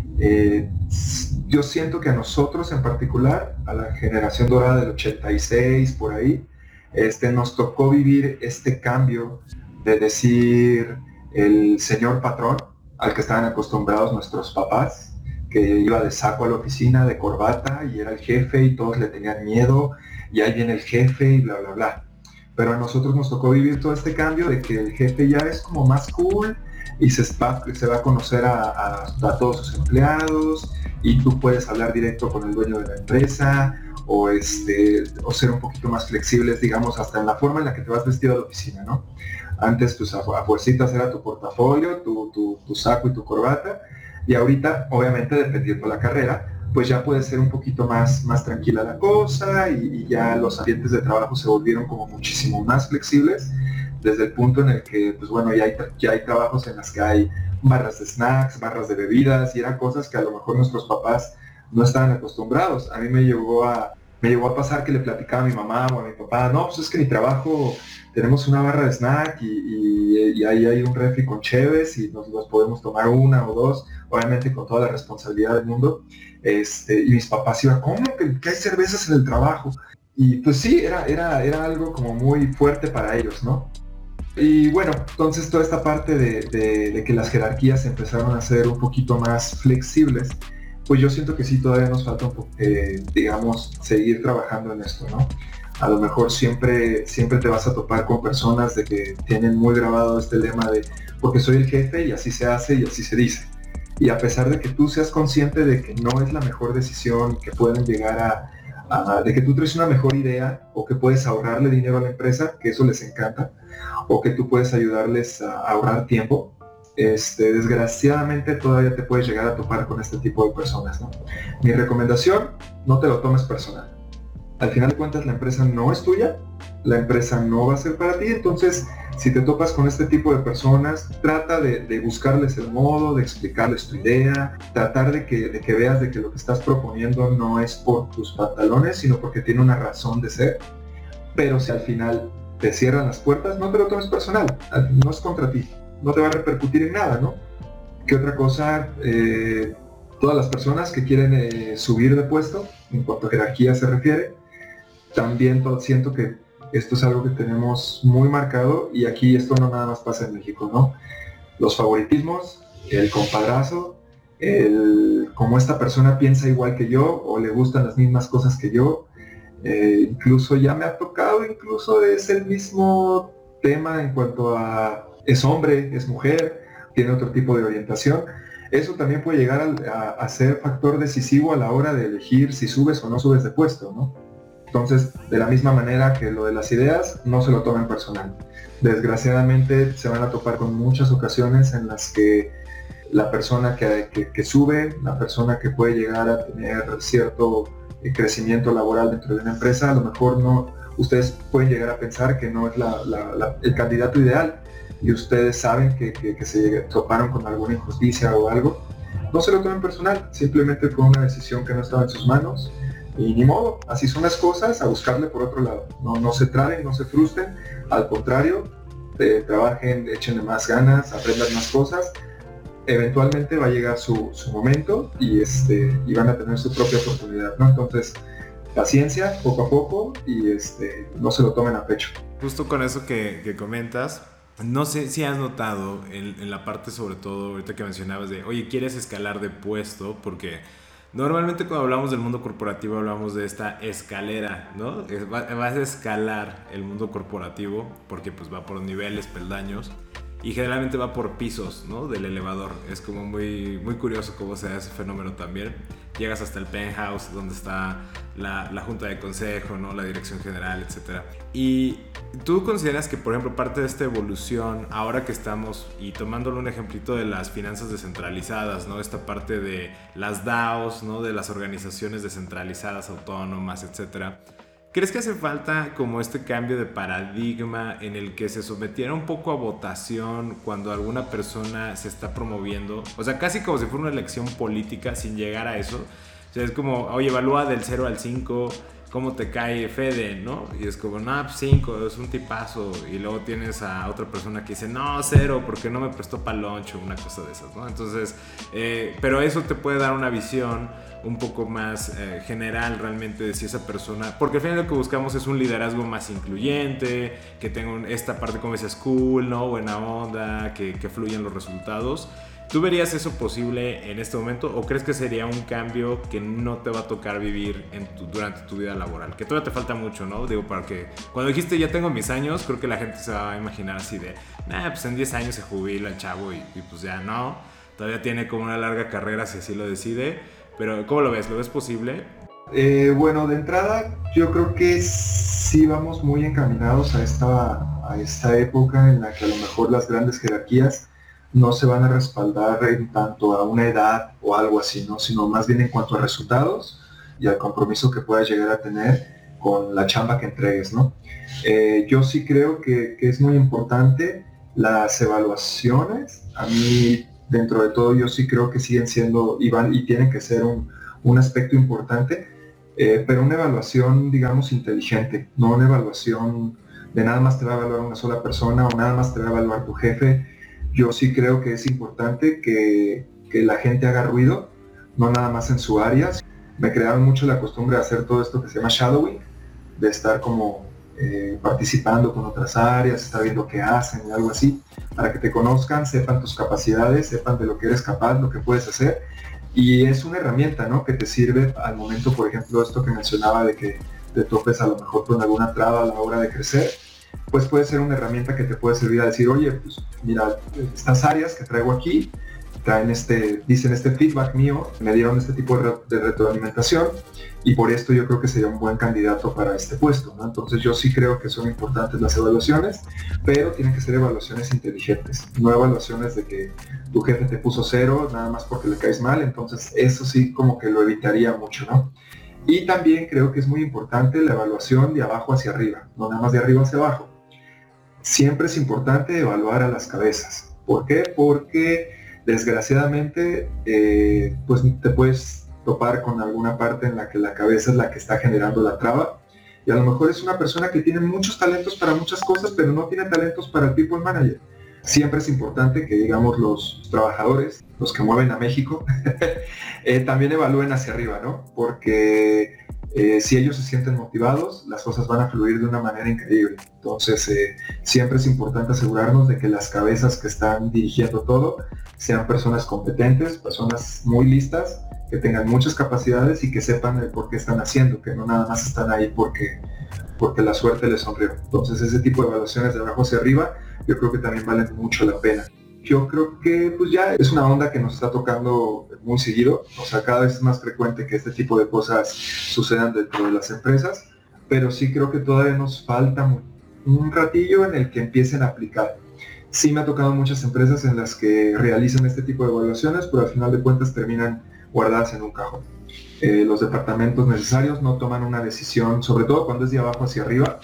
Yo siento que a nosotros en particular, a la generación dorada del 86, por ahí, nos tocó vivir este cambio de decir el señor patrón al que estaban acostumbrados nuestros papás, que iba de saco a la oficina, de corbata, y era el jefe y todos le tenían miedo, y ahí viene el jefe y bla, bla, bla. Pero a nosotros nos tocó vivir todo este cambio de que el jefe ya es como más cool y se va a conocer a todos sus empleados, y tú puedes hablar directo con el dueño de la empresa, o ser un poquito más flexibles, digamos, hasta en la forma en la que te vas vestido a la oficina, ¿no? Antes, pues a fuercitas era tu portafolio, tu saco y tu corbata, y ahorita, obviamente, dependiendo de la carrera, pues ya puede ser un poquito más tranquila la cosa, y ya los ambientes de trabajo se volvieron como muchísimo más flexibles, desde el punto en el que, pues bueno, ya hay trabajos en las que hay barras de snacks, barras de bebidas, y eran cosas que a lo mejor nuestros papás no estaban acostumbrados. A mí me llegó a pasar que le platicaba a mi mamá o a mi papá, no, pues es que en mi trabajo tenemos una barra de snack y ahí hay un refri con cheves y nos podemos tomar una o dos, obviamente con toda la responsabilidad del mundo. Y mis papás iban, ¿cómo que hay cervezas en el trabajo? Y pues sí, era algo como muy fuerte para ellos, ¿no? Y bueno, entonces toda esta parte de que las jerarquías empezaron a ser un poquito más flexibles, pues yo siento que sí, todavía nos falta un poco, digamos, seguir trabajando en esto, ¿no? A lo mejor siempre te vas a topar con personas de que tienen muy grabado este lema de porque soy el jefe y así se hace y así se dice. Y a pesar de que tú seas consciente de que no es la mejor decisión, que pueden llegar de que tú traes una mejor idea o que puedes ahorrarle dinero a la empresa, que eso les encanta, o que tú puedes ayudarles a ahorrar tiempo. Desgraciadamente todavía te puedes llegar a topar con este tipo de personas, ¿no? Mi recomendación, no te lo tomes personal. Al final de cuentas la empresa no es tuya, la empresa no va a ser para ti, entonces si te topas con este tipo de personas, trata de buscarles el modo, de explicarles tu idea, tratar de que veas de que lo que estás proponiendo no es por tus pantalones, sino porque tiene una razón de ser. Pero si al final te cierran las puertas, no te lo tomes personal, no es contra ti, no te va a repercutir en nada, ¿no? ¿Qué otra cosa? Todas las personas que quieren subir de puesto, en cuanto a jerarquía se refiere, también siento que esto es algo que tenemos muy marcado, y aquí esto no nada más pasa en México, ¿no? Los favoritismos, el compadrazo, como esta persona piensa igual que yo o le gustan las mismas cosas que yo, incluso ya me ha tocado, incluso es el mismo tema en cuanto a es hombre, es mujer, tiene otro tipo de orientación. Eso también puede llegar a ser factor decisivo a la hora de elegir si subes o no subes de puesto, ¿no? Entonces, de la misma manera que lo de las ideas, no se lo tomen personal. Desgraciadamente se van a topar con muchas ocasiones en las que la persona que sube, la persona que puede llegar a tener cierto crecimiento laboral dentro de una empresa, a lo mejor no, ustedes pueden llegar a pensar que no es el candidato ideal, y ustedes saben que se toparon con alguna injusticia o algo. No se lo tomen personal, simplemente fue una decisión que no estaba en sus manos. Y ni modo, así son las cosas, a buscarle por otro lado. No se traben, no se frustren, al contrario, trabajen, échenle más ganas, aprendan más cosas. Eventualmente va a llegar su momento y van a tener su propia oportunidad, ¿no? Entonces, paciencia, poco a poco, y no se lo tomen a pecho. Justo con eso que comentas, no sé si has notado en la parte, sobre todo ahorita que mencionabas de, oye, ¿quieres escalar de puesto? Porque normalmente cuando hablamos del mundo corporativo hablamos de esta escalera, ¿no? Vas a escalar el mundo corporativo porque pues va por niveles, peldaños, y generalmente va por pisos, ¿no? Del elevador. Es como muy, muy curioso cómo se da ese fenómeno también. Llegas hasta el penthouse, donde está la junta de consejo, ¿no? La dirección general, etc. Y tú consideras que, por ejemplo, parte de esta evolución, ahora que estamos, y tomándolo un ejemplito de las finanzas descentralizadas, ¿no? Esta parte de las DAOs, ¿no? De las organizaciones descentralizadas, autónomas, etc. ¿Crees que hace falta como este cambio de paradigma en el que se sometiera un poco a votación cuando alguna persona se está promoviendo? O sea, casi como si fuera una elección política sin llegar a eso. O sea, es como, oye, evalúa del 0 al 5, ¿cómo te cae Fede, no? Y es como, no, 5, es un tipazo. Y luego tienes a otra persona que dice, no, 0, porque no me prestó para lunch, o una cosa de esas, ¿no? Entonces, pero eso te puede dar una visión un poco más general realmente de si esa persona, porque al final lo que buscamos es un liderazgo más incluyente, que tenga esta parte, como dices, cool, ¿no? Buena onda, que fluyan los resultados. ¿Tú verías eso posible en este momento, o crees que sería un cambio que no te va a tocar vivir durante tu vida laboral? Que todavía te falta mucho, ¿no? Digo, para que cuando dijiste ya tengo mis años, creo que la gente se va a imaginar así de, pues en 10 años se jubila el chavo y pues ya no. Todavía tiene como una larga carrera si así lo decide. Pero ¿cómo lo ves? ¿Lo ves posible? Bueno, de entrada yo creo que sí vamos muy encaminados a esta época en la que a lo mejor las grandes jerarquías no se van a respaldar en tanto a una edad o algo así, ¿no? Sino más bien en cuanto a resultados y al compromiso que puedas llegar a tener con la chamba que entregues, ¿no? Yo sí creo que es muy importante las evaluaciones. A mí, dentro de todo, yo sí creo que siguen siendo y tienen que ser un aspecto importante, pero una evaluación, digamos, inteligente, no una evaluación de nada más te va a evaluar una sola persona o nada más te va a evaluar tu jefe. Yo sí creo que es importante que la gente haga ruido, no nada más en su área. Me crearon mucho la costumbre de hacer todo esto que se llama shadowing, de estar como participando con otras áreas, estar viendo qué hacen y algo así, para que te conozcan, sepan tus capacidades, sepan de lo que eres capaz, lo que puedes hacer. Y es una herramienta, ¿no? Que te sirve al momento, por ejemplo, esto que mencionaba de que te topes a lo mejor con alguna traba a la hora de crecer, pues puede ser una herramienta que te puede servir a decir, oye, pues mira, estas áreas que traigo aquí, dicen este feedback mío, me dieron este tipo de retroalimentación y por esto yo creo que sería un buen candidato para este puesto, ¿no? Entonces yo sí creo que son importantes las evaluaciones, pero tienen que ser evaluaciones inteligentes, no evaluaciones de que tu jefe te puso 0 nada más porque le caes mal, entonces eso sí como que lo evitaría mucho, ¿no? Y también creo que es muy importante la evaluación de abajo hacia arriba, no nada más de arriba hacia abajo. Siempre es importante evaluar a las cabezas. ¿Por qué? Porque desgraciadamente pues te puedes topar con alguna parte en la que la cabeza es la que está generando la traba y a lo mejor es una persona que tiene muchos talentos para muchas cosas pero no tiene talentos para el people manager. Siempre es importante que, digamos, los trabajadores, los que mueven a México, también evalúen hacia arriba, ¿no? Porque si ellos se sienten motivados, las cosas van a fluir de una manera increíble. Entonces, siempre es importante asegurarnos de que las cabezas que están dirigiendo todo sean personas competentes, personas muy listas, que tengan muchas capacidades y que sepan el por qué están haciendo, que no nada más están ahí porque la suerte les sonrió. Entonces, ese tipo de evaluaciones de abajo hacia arriba, yo creo que también valen mucho la pena. Yo creo que pues ya es una onda que nos está tocando muy seguido, o sea, cada vez es más frecuente que este tipo de cosas sucedan dentro de las empresas, pero sí creo que todavía nos falta un ratillo en el que empiecen a aplicar. Sí me ha tocado muchas empresas en las que realizan este tipo de evaluaciones, pero al final de cuentas terminan guardadas en un cajón. Los departamentos necesarios no toman una decisión, sobre todo cuando es de abajo hacia arriba,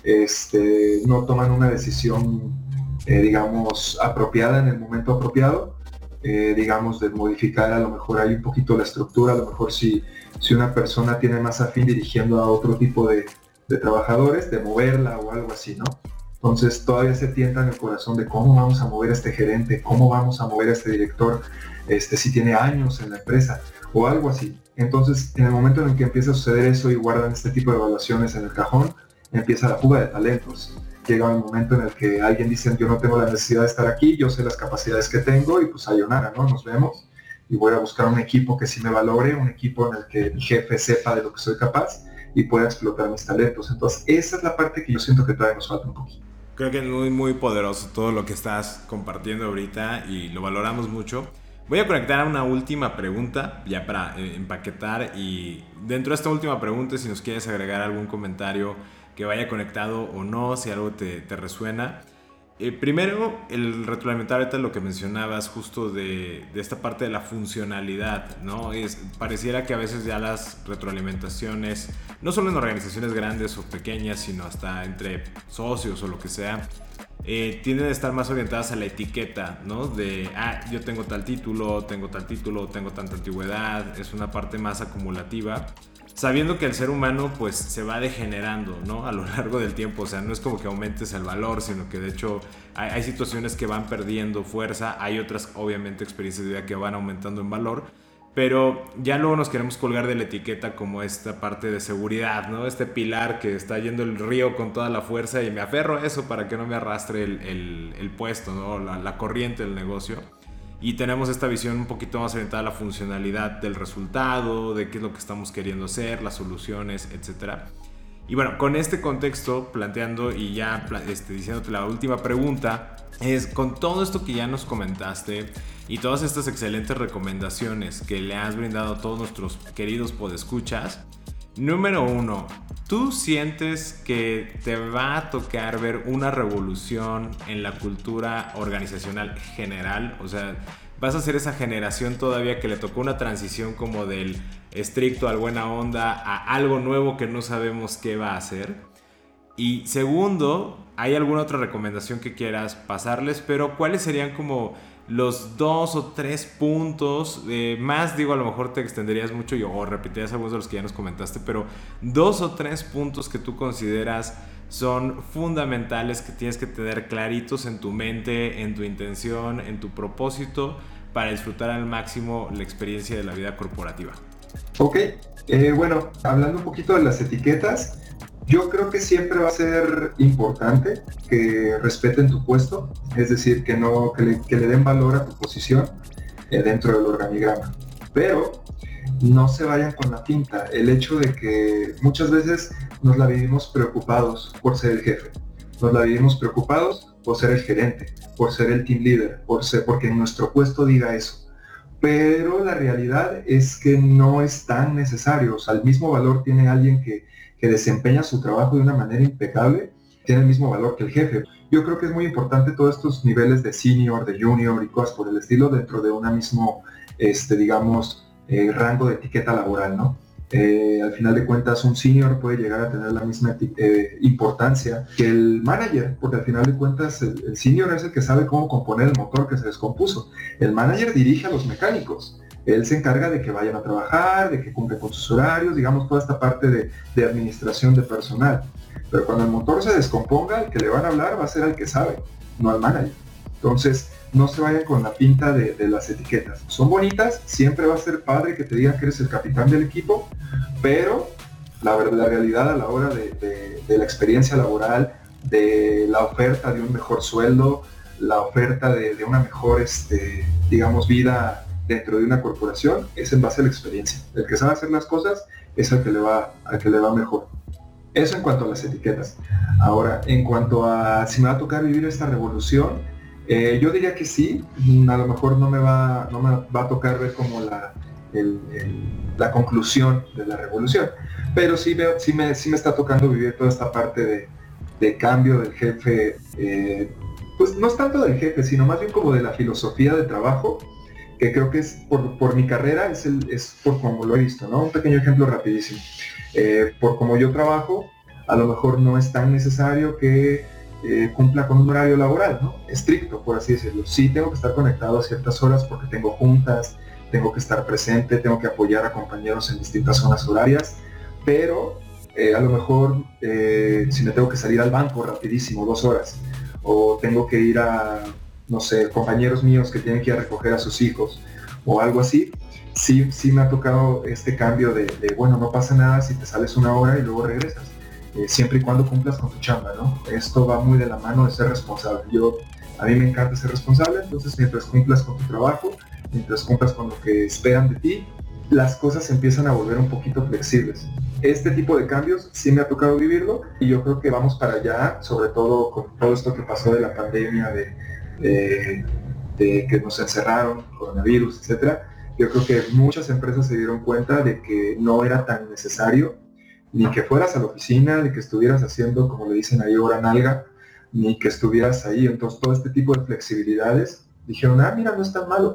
no toman una decisión digamos, apropiada en el momento apropiado, digamos, de modificar a lo mejor ahí un poquito la estructura, a lo mejor si una persona tiene más afín dirigiendo a otro tipo de trabajadores, de moverla o algo así, ¿no? Entonces todavía se tienta en el corazón de cómo vamos a mover a este gerente, cómo vamos a mover a este director, si tiene años en la empresa o algo así. Entonces, en el momento en el que empieza a suceder eso y guardan este tipo de evaluaciones en el cajón, empieza la fuga de talentos. Llega un momento en el que alguien dice, yo no tengo la necesidad de estar aquí, yo sé las capacidades que tengo y pues sayonara, ¿no? Nos vemos y voy a buscar un equipo que sí me valore, un equipo en el que mi jefe sepa de lo que soy capaz y pueda explotar mis talentos. Entonces, esa es la parte que yo siento que todavía nos falta un poquito. Creo que es muy, muy poderoso todo lo que estás compartiendo ahorita y lo valoramos mucho. Voy a conectar a una última pregunta, ya para empaquetar, y dentro de esta última pregunta, si nos quieres agregar algún comentario que vaya conectado o no, si algo te resuena. Primero, el retroalimentar ahorita lo que mencionabas justo de esta parte de la funcionalidad, ¿no? Pareciera que a veces ya las retroalimentaciones, no solo en organizaciones grandes o pequeñas, sino hasta entre socios o lo que sea, tienden a estar más orientadas a la etiqueta, ¿no? De, yo tengo tal título, tengo tanta antigüedad, es una parte más acumulativa, sabiendo que el ser humano pues se va degenerando, ¿no? A lo largo del tiempo, o sea, no es como que aumentes el valor, sino que de hecho hay situaciones que van perdiendo fuerza, hay otras obviamente experiencias de vida que van aumentando en valor, pero ya luego nos queremos colgar de la etiqueta como esta parte de seguridad, ¿no? Este pilar que está yendo el río con toda la fuerza y me aferro a eso para que no me arrastre el puesto, ¿no? La corriente del negocio. Y tenemos esta visión un poquito más orientada a la funcionalidad del resultado, de qué es lo que estamos queriendo hacer, las soluciones, etc. Y bueno, con este contexto, planteando y ya diciéndote la última pregunta, es con todo esto que ya nos comentaste y todas estas excelentes recomendaciones que le has brindado a todos nuestros queridos podescuchas, número 1, ¿tú sientes que te va a tocar ver una revolución en la cultura organizacional general? O sea, ¿vas a ser esa generación todavía que le tocó una transición como del estricto al buena onda a algo nuevo que no sabemos qué va a hacer? Y segundo, ¿hay alguna otra recomendación que quieras pasarles? Pero ¿cuáles serían como los 2 o 3 puntos? Más, digo, a lo mejor te extenderías mucho o repetirías algunos de los que ya nos comentaste, pero 2 o 3 puntos que tú consideras son fundamentales, que tienes que tener claritos en tu mente, en tu intención, en tu propósito, para disfrutar al máximo la experiencia de la vida corporativa. Ok, bueno, hablando un poquito de las etiquetas, yo creo que siempre va a ser importante que respeten tu puesto, es decir, que le den valor a tu posición dentro del organigrama. Pero no se vayan con la finta. El hecho de que muchas veces nos la vivimos preocupados por ser el jefe, nos la vivimos preocupados por ser el gerente, por ser el team leader, porque nuestro puesto diga eso. pero la realidad es que no es tan necesario. O sea, el mismo valor tiene alguien que desempeña su trabajo de una manera impecable, tiene el mismo valor que el jefe. Yo creo que es muy importante todos estos niveles de senior, de junior y cosas por el estilo dentro de un mismo, rango de etiqueta laboral, ¿no? Al final de cuentas, un senior puede llegar a tener la misma importancia que el manager, porque al final de cuentas el senior es el que sabe cómo componer el motor que se descompuso. El manager dirige a los mecánicos. Él se encarga de que vayan a trabajar, de que cumplen con sus horarios, digamos, toda esta parte de administración de personal. Pero cuando el motor se descomponga, el que le van a hablar va a ser al que sabe, no al manager. Entonces, no se vayan con la pinta de las etiquetas. Son bonitas, siempre va a ser padre que te digan que eres el capitán del equipo, pero la realidad a la hora de la experiencia laboral, de la oferta de un mejor sueldo, la oferta de una mejor, vida dentro de una corporación, es en base a la experiencia. El que sabe hacer las cosas es al que le va mejor. Eso en cuanto a las etiquetas. Ahora, en cuanto a si me va a tocar vivir esta revolución, yo diría que sí. A lo mejor no me va a tocar ver como la conclusión de la revolución, pero sí me está tocando vivir toda esta parte de cambio del jefe, pues no es tanto del jefe, sino más bien como de la filosofía de trabajo, que creo que es por mi carrera, es por como lo he visto, ¿no? Un pequeño ejemplo rapidísimo. Por como yo trabajo, a lo mejor no es tan necesario que cumpla con un horario laboral, ¿no? Estricto, por así decirlo. Sí tengo que estar conectado a ciertas horas porque tengo juntas, tengo que estar presente, tengo que apoyar a compañeros en distintas zonas horarias, pero a lo mejor si me tengo que salir al banco rapidísimo, 2 horas, o tengo que ir a, no sé, compañeros míos que tienen que ir a recoger a sus hijos, o algo así, sí me ha tocado este cambio de bueno, no pasa nada si te sales 1 hora y luego regresas. Siempre y cuando cumplas con tu chamba, ¿no? Esto va muy de la mano de ser responsable. A mí me encanta ser responsable, entonces mientras cumplas con tu trabajo, mientras cumplas con lo que esperan de ti, las cosas empiezan a volver un poquito flexibles. Este tipo de cambios sí me ha tocado vivirlo y yo creo que vamos para allá, sobre todo con todo esto que pasó de la pandemia, de que nos encerraron, coronavirus, etcétera. Yo creo que muchas empresas se dieron cuenta de que no era tan necesario ni que fueras a la oficina, ni que estuvieras haciendo, como le dicen ahí, hora nalga, ni que estuvieras ahí. Entonces todo este tipo de flexibilidades dijeron, mira, no es tan malo.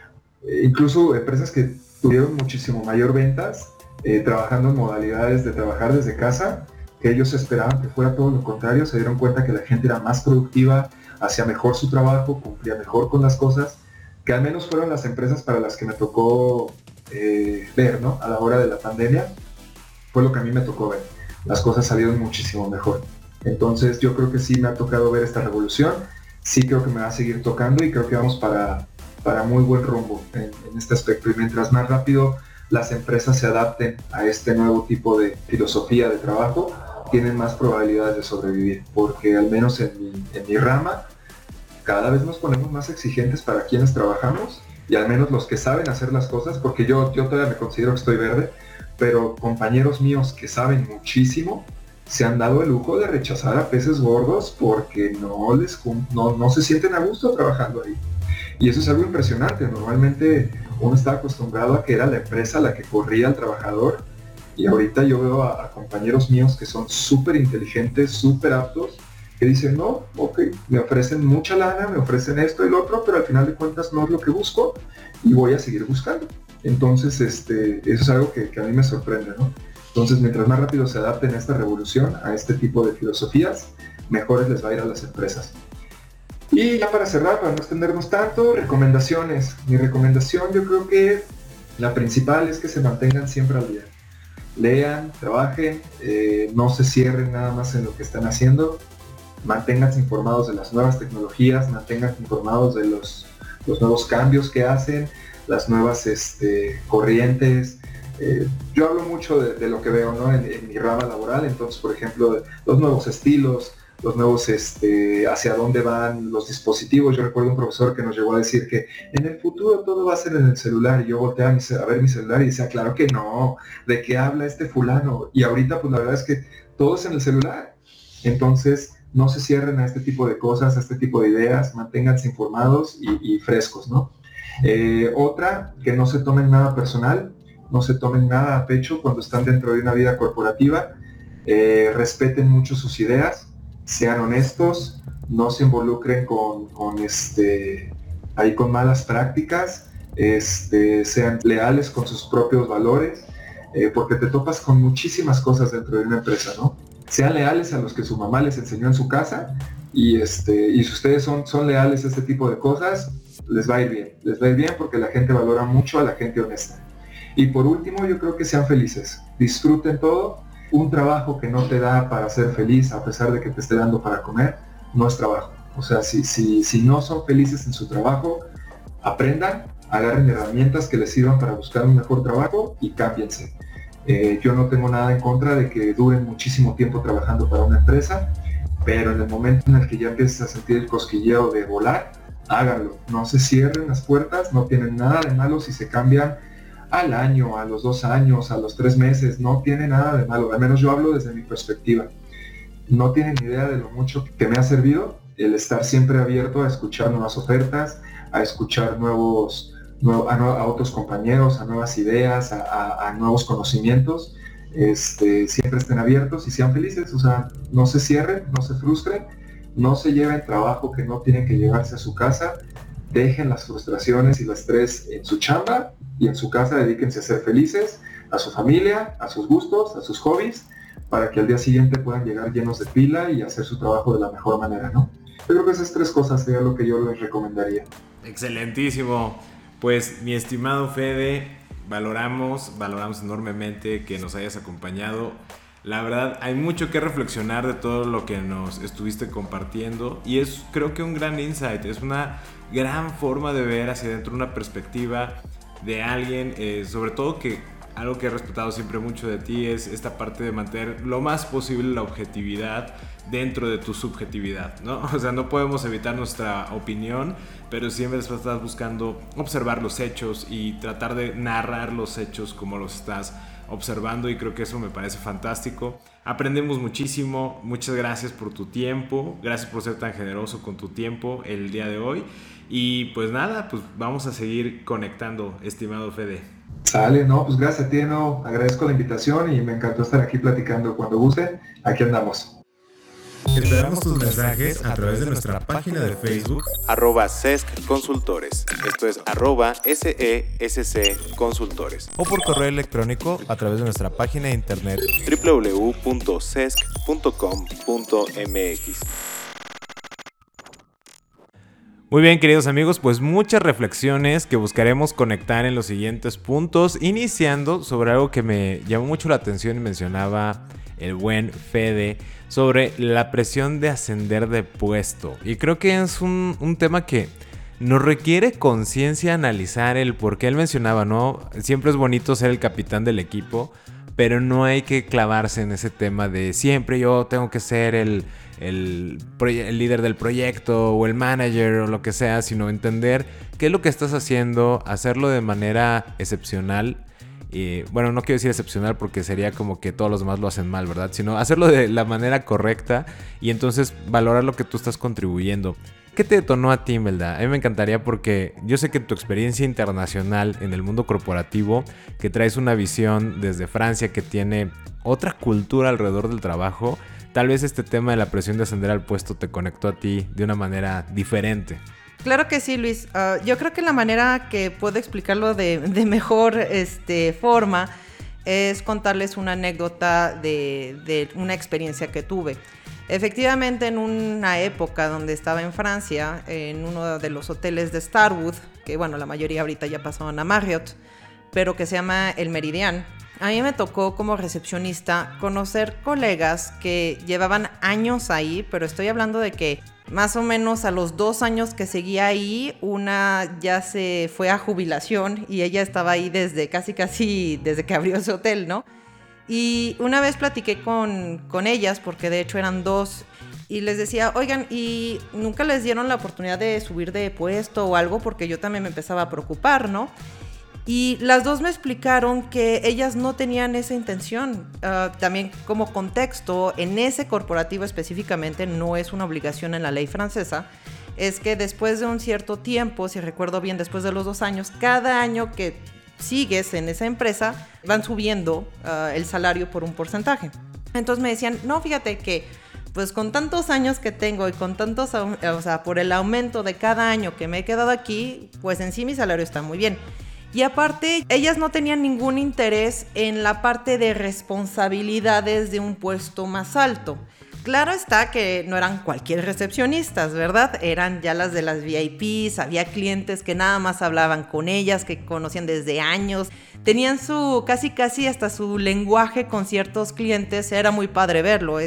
Incluso empresas que tuvieron muchísimo mayor ventas, trabajando en modalidades de trabajar desde casa, que ellos esperaban que fuera todo lo contrario, se dieron cuenta que la gente era más productiva, hacía mejor su trabajo, cumplía mejor con las cosas, que al menos fueron las empresas para las que me tocó ver, ¿no? A la hora de la pandemia, fue lo que a mí me tocó ver. Las cosas salieron muchísimo mejor. Entonces yo creo que sí me ha tocado ver esta revolución, sí creo que me va a seguir tocando y creo que vamos para muy buen rumbo en este aspecto. Y mientras más rápido las empresas se adapten a este nuevo tipo de filosofía de trabajo, tienen más probabilidades de sobrevivir, porque al menos en mi rama, cada vez nos ponemos más exigentes para quienes trabajamos, y al menos los que saben hacer las cosas, porque yo todavía me considero que estoy verde, pero compañeros míos que saben muchísimo se han dado el lujo de rechazar a peces gordos porque no se sienten a gusto trabajando ahí. Y eso es algo impresionante. Normalmente uno está acostumbrado a que era la empresa la que corría al trabajador, y ahorita yo veo a compañeros míos que son súper inteligentes, súper aptos, que dicen, no, ok, me ofrecen mucha lana, me ofrecen esto y lo otro, pero al final de cuentas no es lo que busco y voy a seguir buscando. Entonces, eso es algo que a mí me sorprende, ¿no? Entonces, mientras más rápido se adapten a esta revolución, a este tipo de filosofías, mejores les va a ir a las empresas. Y ya para cerrar, para no extendernos tanto, recomendaciones. Mi recomendación, yo creo que la principal es que se mantengan siempre al día. Lean, trabajen, no se cierren nada más en lo que están haciendo, manténganse informados de las nuevas tecnologías, manténganse informados de los nuevos cambios que hacen, las nuevas corrientes. Yo hablo mucho de lo que veo, ¿no? en mi rama laboral, entonces por ejemplo los nuevos estilos, los nuevos hacia dónde van los dispositivos. Yo recuerdo un profesor que nos llegó a decir que en el futuro todo va a ser en el celular, y yo volteaba a ver mi celular y decía, claro que no, ¿de qué habla este fulano? Y ahorita pues la verdad es que todo es en el celular. Entonces no se cierren a este tipo de cosas, a este tipo de ideas, manténganse informados y frescos, ¿no? Otra, que no se tomen nada personal, no se tomen nada a pecho cuando están dentro de una vida corporativa, respeten mucho sus ideas, sean honestos, no se involucren con malas prácticas, sean leales con sus propios valores, porque te topas con muchísimas cosas dentro de una empresa, ¿no? Sean leales a los que su mamá les enseñó en su casa y si ustedes son leales a este tipo de cosas, les va a ir bien porque la gente valora mucho a la gente honesta. Y por último, yo creo que sean felices, disfruten todo. Un trabajo que no te da para ser feliz, a pesar de que te esté dando para comer, no es trabajo. O sea, si no son felices en su trabajo, aprendan, agarren herramientas que les sirvan para buscar un mejor trabajo y cámbiense. Yo no tengo nada en contra de que duren muchísimo tiempo trabajando para una empresa, pero en el momento en el que ya empieces a sentir el cosquilleo de volar, háganlo. No se cierren las puertas, no tienen nada de malo si se cambian al año, a los 2 años, a los 3 meses, no tiene nada de malo. Al menos yo hablo desde mi perspectiva. No tienen idea de lo mucho que me ha servido el estar siempre abierto a escuchar nuevas ofertas, a escuchar a otros compañeros, a nuevas ideas, a nuevos conocimientos. Siempre estén abiertos y sean felices, o sea, no se cierren, no se frustren, no se lleven trabajo que no tienen que llevarse a su casa, dejen las frustraciones y el estrés en su chamba y en su casa dedíquense a ser felices, a su familia, a sus gustos, a sus hobbies, para que al día siguiente puedan llegar llenos de pila y hacer su trabajo de la mejor manera, ¿no? Yo creo que esas 3 cosas sería lo que yo les recomendaría. Excelentísimo. Pues mi estimado Fede, valoramos enormemente que nos hayas acompañado. La verdad, hay mucho que reflexionar de todo lo que nos estuviste compartiendo y es, creo que, un gran insight, es una gran forma de ver hacia adentro, una perspectiva de alguien, sobre todo que algo que he respetado siempre mucho de ti es esta parte de mantener lo más posible la objetividad dentro de tu subjetividad, ¿no? O sea, no podemos evitar nuestra opinión, pero siempre estás buscando observar los hechos y tratar de narrar los hechos como los estás observando, y creo que eso me parece fantástico. Aprendemos muchísimo. Muchas gracias por tu tiempo, gracias por ser tan generoso con tu tiempo el día de hoy, y pues nada, pues vamos a seguir conectando, estimado Fede. Sale, no, pues gracias a ti, no, agradezco la invitación y me encantó estar aquí platicando. Cuando gusten, aquí andamos. Esperamos tus mensajes a través de nuestra página de Facebook @CESC Consultores, esto es @SESC Consultores, o por correo electrónico a través de nuestra página de internet www.cesc.com.mx. Muy bien, queridos amigos, pues muchas reflexiones que buscaremos conectar en los siguientes puntos, iniciando sobre algo que me llamó mucho la atención y mencionaba el buen Fede, sobre la presión de ascender de puesto. Y creo que es un tema que nos requiere conciencia analizar el por qué. Él mencionaba, ¿no? Siempre es bonito ser el capitán del equipo, pero no hay que clavarse en ese tema de siempre yo tengo que ser el líder del proyecto o el manager o lo que sea, sino entender qué es lo que estás haciendo, hacerlo de manera excepcional. Y bueno, no quiero decir excepcional porque sería como que todos los demás lo hacen mal, ¿verdad? Sino hacerlo de la manera correcta y entonces valorar lo que tú estás contribuyendo. ¿Qué te detonó a ti, Imelda? A mí me encantaría porque yo sé que tu experiencia internacional en el mundo corporativo, que traes una visión desde Francia que tiene otra cultura alrededor del trabajo, tal vez este tema de la presión de ascender al puesto te conectó a ti de una manera diferente. Claro que sí, Luis. Yo creo que la manera que puedo explicarlo de mejor forma es contarles una anécdota de una experiencia que tuve. Efectivamente, en una época donde estaba en Francia, en uno de los hoteles de Starwood, que bueno, la mayoría ahorita ya pasaron a Marriott, pero que se llama El Meridian, a mí me tocó como recepcionista conocer colegas que llevaban años ahí, pero estoy hablando de que más o menos a los 2 años que seguía ahí, una ya se fue a jubilación y ella estaba ahí desde casi desde que abrió ese hotel, ¿no? Y una vez platiqué con ellas, porque de hecho eran 2, y les decía, oigan, ¿y nunca les dieron la oportunidad de subir de puesto o algo? Porque yo también me empezaba a preocupar, ¿no? Y las 2 me explicaron que ellas no tenían esa intención. También como contexto, en ese corporativo específicamente no es una obligación en la ley francesa es que después de un cierto tiempo, si recuerdo bien, después de los 2 años, cada año que sigues en esa empresa, van subiendo el salario por un porcentaje. Entonces me decían, no, fíjate que pues con tantos años que tengo y con tantos, o sea, por el aumento de cada año que me he quedado aquí, pues en sí mi salario está muy bien. Y aparte, ellas no tenían ningún interés en la parte de responsabilidades de un puesto más alto. Claro está que no eran cualquier recepcionistas, ¿verdad? Eran ya las de las VIPs, había clientes que nada más hablaban con ellas, que conocían desde años. Tenían casi hasta su lenguaje con ciertos clientes, era muy padre verlo,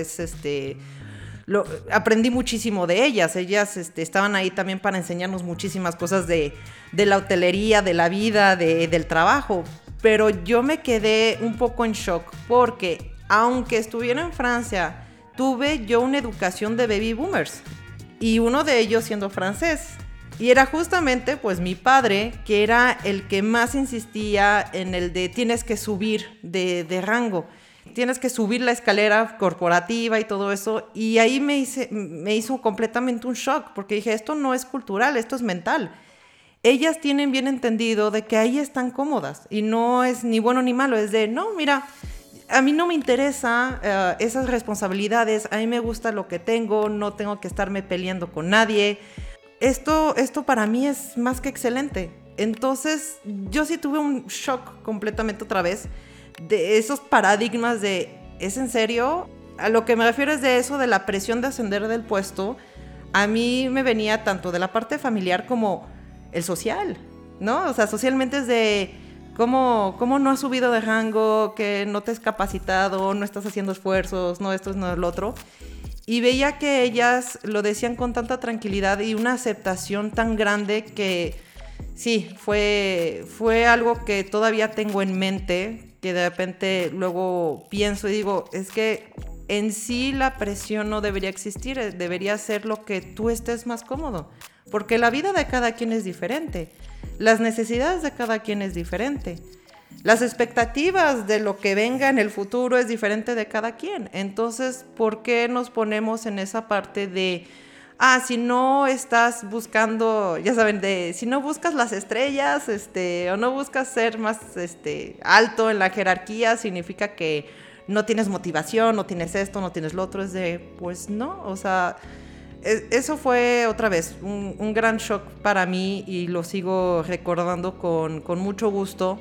aprendí muchísimo de ellas. Ellas estaban ahí también para enseñarnos muchísimas cosas de la hotelería, de la vida, del trabajo. Pero yo me quedé un poco en shock porque aunque estuviera en Francia, tuve yo una educación de baby boomers y uno de ellos siendo francés. Y era justamente pues mi padre, que era el que más insistía en el de tienes que subir de rango. Tienes que subir la escalera corporativa y todo eso. Y ahí me hizo completamente un shock, porque dije, esto no es cultural, esto es mental. Ellas tienen bien entendido de que ahí están cómodas y no es ni bueno ni malo. Es de, no, mira, a mí no me interesa esas responsabilidades, a mí me gusta lo que tengo, no tengo que estarme peleando con nadie. Esto para mí es más que excelente. Entonces, yo sí tuve un shock completamente otra vez de esos paradigmas de, ¿es en serio? A lo que me refiero es de eso, de la presión de ascender del puesto. A mí me venía tanto de la parte familiar como el social, ¿no? O sea, socialmente es de cómo no has subido de rango, que no te has capacitado, no estás haciendo esfuerzos, no esto, no lo otro. Y veía que ellas lo decían con tanta tranquilidad y una aceptación tan grande que sí, fue algo que todavía tengo en mente, que de repente luego pienso y digo, es que en sí la presión no debería existir, debería ser lo que tú estés más cómodo, porque la vida de cada quien es diferente, las necesidades de cada quien es diferente, las expectativas de lo que venga en el futuro es diferente de cada quien. Entonces, ¿por qué nos ponemos en esa parte de si no estás buscando, ya saben, si no buscas las estrellas, o no buscas ser más alto en la jerarquía, significa que no tienes motivación, no tienes esto, no tienes lo otro? Es de, pues no, o sea, eso fue otra vez un gran shock para mí y lo sigo recordando con mucho gusto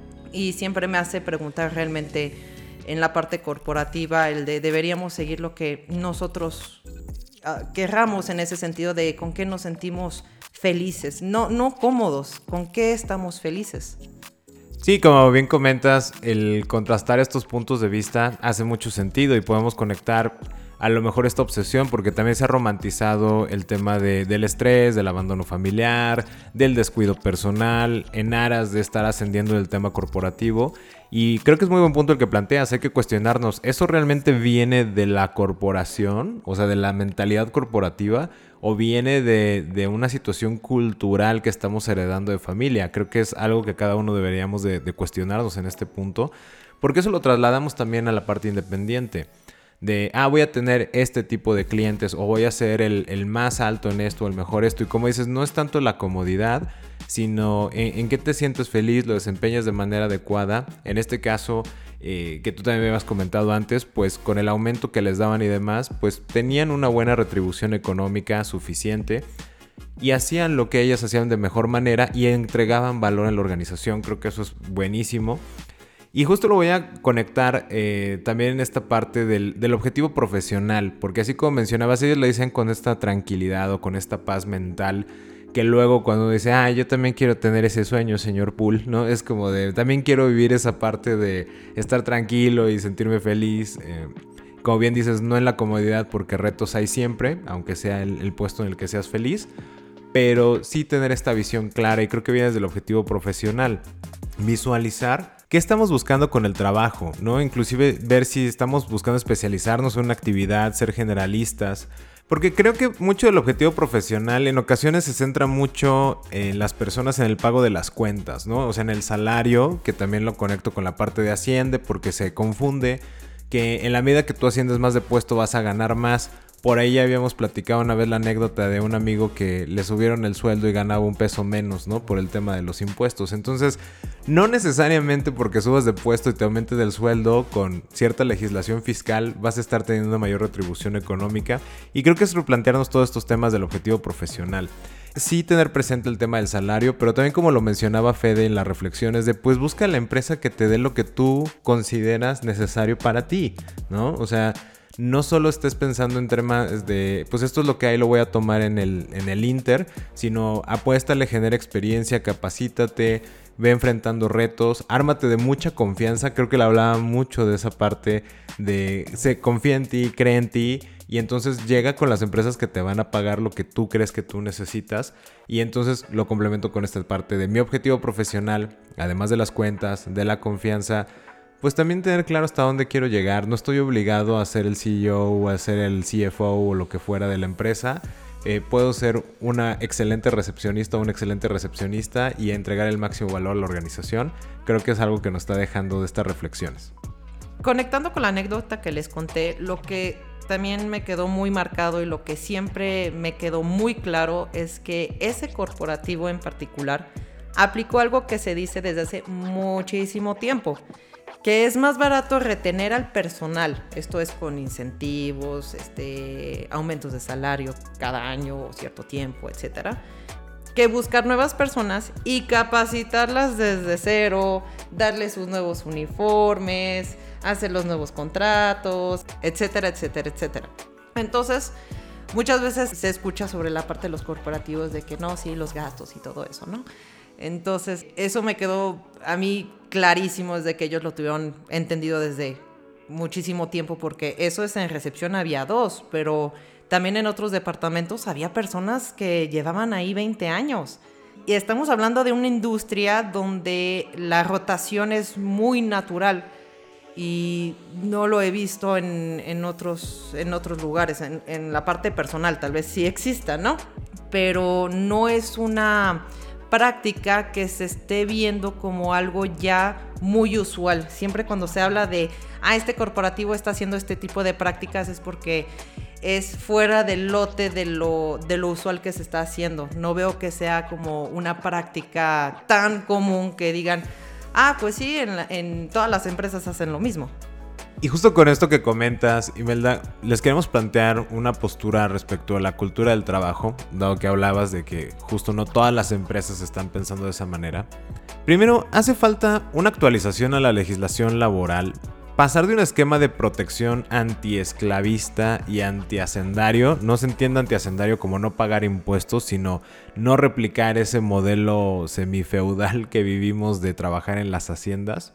y siempre me hace preguntar realmente en la parte corporativa el de deberíamos seguir lo que nosotros querramos en ese sentido de con qué nos sentimos felices, no cómodos, con qué estamos felices. Sí, como bien comentas, el contrastar estos puntos de vista hace mucho sentido y podemos conectar a lo mejor esta obsesión porque también se ha romantizado el tema del estrés, del abandono familiar, del descuido personal en aras de estar ascendiendo el tema corporativo. Y creo que es muy buen punto el que planteas, hay que cuestionarnos, ¿eso realmente viene de la corporación, o sea, de la mentalidad corporativa, o viene de una situación cultural que estamos heredando de familia? Creo que es algo que cada uno deberíamos de cuestionarnos en este punto, porque eso lo trasladamos también a la parte independiente. De, voy a tener este tipo de clientes o voy a ser el más alto en esto o el mejor esto. Y como dices, no es tanto la comodidad, sino en qué te sientes feliz, lo desempeñas de manera adecuada. En este caso, que tú también me habías comentado antes, pues con el aumento que les daban y demás, pues tenían una buena retribución económica suficiente y hacían lo que ellas hacían de mejor manera y entregaban valor en la organización. Creo que eso es buenísimo. Y justo lo voy a conectar también en esta parte del objetivo profesional, porque así como mencionabas, ellos lo dicen con esta tranquilidad o con esta paz mental, que luego cuando dice, yo también quiero tener ese sueño, señor Poole, ¿no? Es como de, también quiero vivir esa parte de estar tranquilo y sentirme feliz. Como bien dices, no en la comodidad porque retos hay siempre, aunque sea el puesto en el que seas feliz, pero sí tener esta visión clara y creo que viene desde el objetivo profesional. Visualizar qué estamos buscando con el trabajo, ¿no? Inclusive ver si estamos buscando especializarnos en una actividad, ser generalistas. Porque creo que mucho del objetivo profesional en ocasiones se centra mucho en las personas en el pago de las cuentas, ¿no? O sea, en el salario, que también lo conecto con la parte de Hacienda porque se confunde que en la medida que tú asciendes más de puesto vas a ganar más Por ahí ya habíamos platicado una vez la anécdota de un amigo que le subieron el sueldo y ganaba $1 menos, ¿no? Por el tema de los impuestos. Entonces, no necesariamente porque subas de puesto y te aumentes el sueldo con cierta legislación fiscal vas a estar teniendo una mayor retribución económica. Y creo que es replantearnos todos estos temas del objetivo profesional. Sí tener presente el tema del salario, pero también como lo mencionaba Fede en las reflexiones de pues busca la empresa que te dé lo que tú consideras necesario para ti, ¿no? O sea, no solo estés pensando en temas de pues esto es lo que hay, lo voy a tomar en el Inter, sino apuéstale, genera experiencia, capacítate, ve enfrentando retos, ármate de mucha confianza. Creo que le hablaba mucho de esa parte de confía en ti, cree en ti. Y entonces llega con las empresas que te van a pagar lo que tú crees que tú necesitas. Y entonces lo complemento con esta parte de mi objetivo profesional, además de las cuentas, de la confianza, pues también tener claro hasta dónde quiero llegar. No estoy obligado a ser el CEO o a ser el CFO o lo que fuera de la empresa. Puedo ser una excelente recepcionista o un excelente recepcionista y entregar el máximo valor a la organización. Creo que es algo que nos está dejando de estas reflexiones. Conectando con la anécdota que les conté, lo que también me quedó muy marcado y lo que siempre me quedó muy claro es que ese corporativo en particular aplicó algo que se dice desde hace muchísimo tiempo, que es más barato retener al personal, esto es con incentivos, aumentos de salario cada año o cierto tiempo, etcétera, que buscar nuevas personas y capacitarlas desde cero, darles sus nuevos uniformes, hacer los nuevos contratos, etcétera, etcétera, etcétera. Entonces, muchas veces se escucha sobre la parte de los corporativos de que no, sí, los gastos y todo eso, ¿no? Entonces, eso me quedó a mí clarísimo desde que ellos lo tuvieron entendido desde muchísimo tiempo, porque eso es en recepción había 2, pero también en otros departamentos había personas que llevaban ahí 20 años. Y estamos hablando de una industria donde la rotación es muy natural. Y no lo he visto en otros lugares, en la parte personal, tal vez sí exista, ¿no? Pero no es una práctica que se esté viendo como algo ya muy usual. Siempre cuando se habla de, este corporativo está haciendo este tipo de prácticas es porque es fuera del lote de lo usual que se está haciendo. No veo que sea como una práctica tan común que digan, pues sí, en todas las empresas hacen lo mismo. Y justo con esto que comentas, Imelda, les queremos plantear una postura respecto a la cultura del trabajo, dado que hablabas de que justo no todas las empresas están pensando de esa manera. Primero, hace falta una actualización a la legislación laboral, pasar de un esquema de protección antiesclavista y antihacendario. No se entienda antihacendario como no pagar impuestos, sino no replicar ese modelo semifeudal que vivimos de trabajar en las haciendas,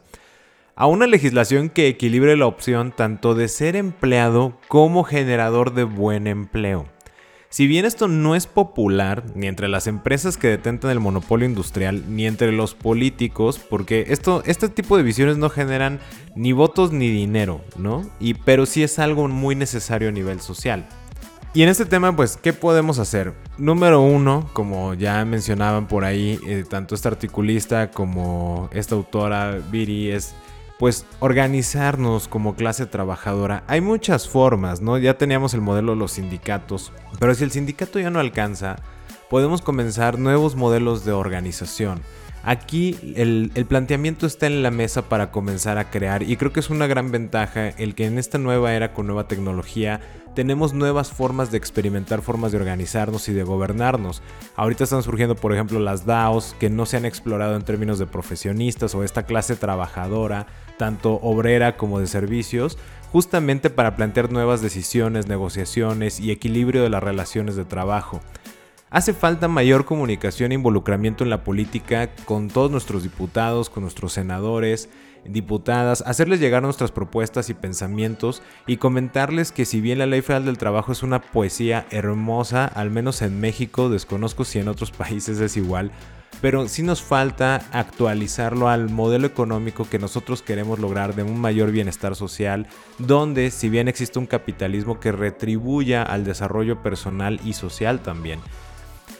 a una legislación que equilibre la opción tanto de ser empleado como generador de buen empleo. Si bien esto no es popular ni entre las empresas que detentan el monopolio industrial, ni entre los políticos, porque este tipo de visiones no generan ni votos ni dinero, ¿no? Pero sí es algo muy necesario a nivel social. Y en este tema, pues, ¿qué podemos hacer? Número 1, como ya mencionaban por ahí, tanto esta articulista como esta autora, Viri, es pues organizarnos como clase trabajadora. Hay muchas formas, ¿no? Ya teníamos el modelo de los sindicatos, pero si el sindicato ya no alcanza, podemos comenzar nuevos modelos de organización. Aquí el planteamiento está en la mesa para comenzar a crear, y creo que es una gran ventaja el que en esta nueva era con nueva tecnología tenemos nuevas formas de experimentar, formas de organizarnos y de gobernarnos. Ahorita están surgiendo, por ejemplo, las DAOs, que no se han explorado en términos de profesionistas o esta clase trabajadora, tanto obrera como de servicios, justamente para plantear nuevas decisiones, negociaciones y equilibrio de las relaciones de trabajo. Hace falta mayor comunicación e involucramiento en la política con todos nuestros diputados, con nuestros senadores, diputadas, hacerles llegar nuestras propuestas y pensamientos y comentarles que si bien la Ley Federal del Trabajo es una poesía hermosa, al menos en México, desconozco si en otros países es igual, pero sí nos falta actualizarlo al modelo económico que nosotros queremos lograr de un mayor bienestar social, donde si bien existe un capitalismo que retribuya al desarrollo personal y social también.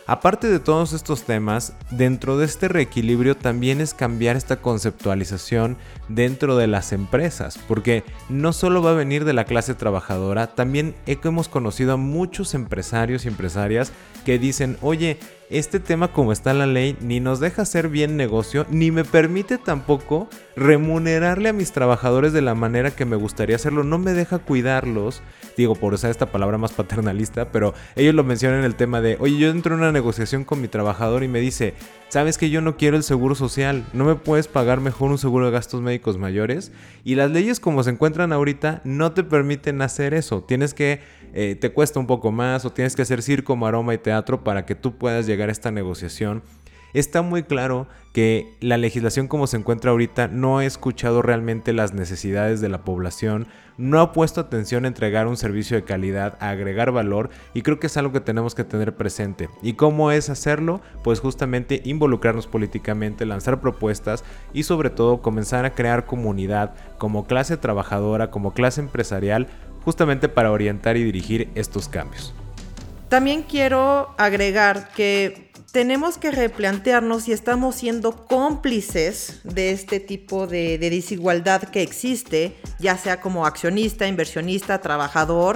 Aparte de todos estos temas, dentro de este reequilibrio también es cambiar esta conceptualización dentro de las empresas, porque no solo va a venir de la clase trabajadora, también hemos conocido a muchos empresarios y empresarias que dicen, oye, este tema como está la ley ni nos deja hacer bien negocio, ni me permite tampoco remunerarle a mis trabajadores de la manera que me gustaría hacerlo, no me deja cuidarlos, digo por usar esta palabra más paternalista, pero ellos lo mencionan en el tema de, oye, yo entro en una negociación con mi trabajador y me dice, sabes que yo no quiero el seguro social, no me puedes pagar mejor un seguro de gastos médicos mayores, y las leyes como se encuentran ahorita no te permiten hacer eso, tienes que, te cuesta un poco más o tienes que hacer circo, maroma y teatro para que tú puedas llegar a esta negociación. Está muy claro que la legislación como se encuentra ahorita no ha escuchado realmente las necesidades de la población, no ha puesto atención a entregar un servicio de calidad, a agregar valor, y creo que es algo que tenemos que tener presente. ¿Y cómo es hacerlo? Pues justamente involucrarnos políticamente, lanzar propuestas y sobre todo comenzar a crear comunidad como clase trabajadora, como clase empresarial, justamente para orientar y dirigir estos cambios. También quiero agregar que tenemos que replantearnos si estamos siendo cómplices de este tipo de desigualdad que existe, ya sea como accionista, inversionista, trabajador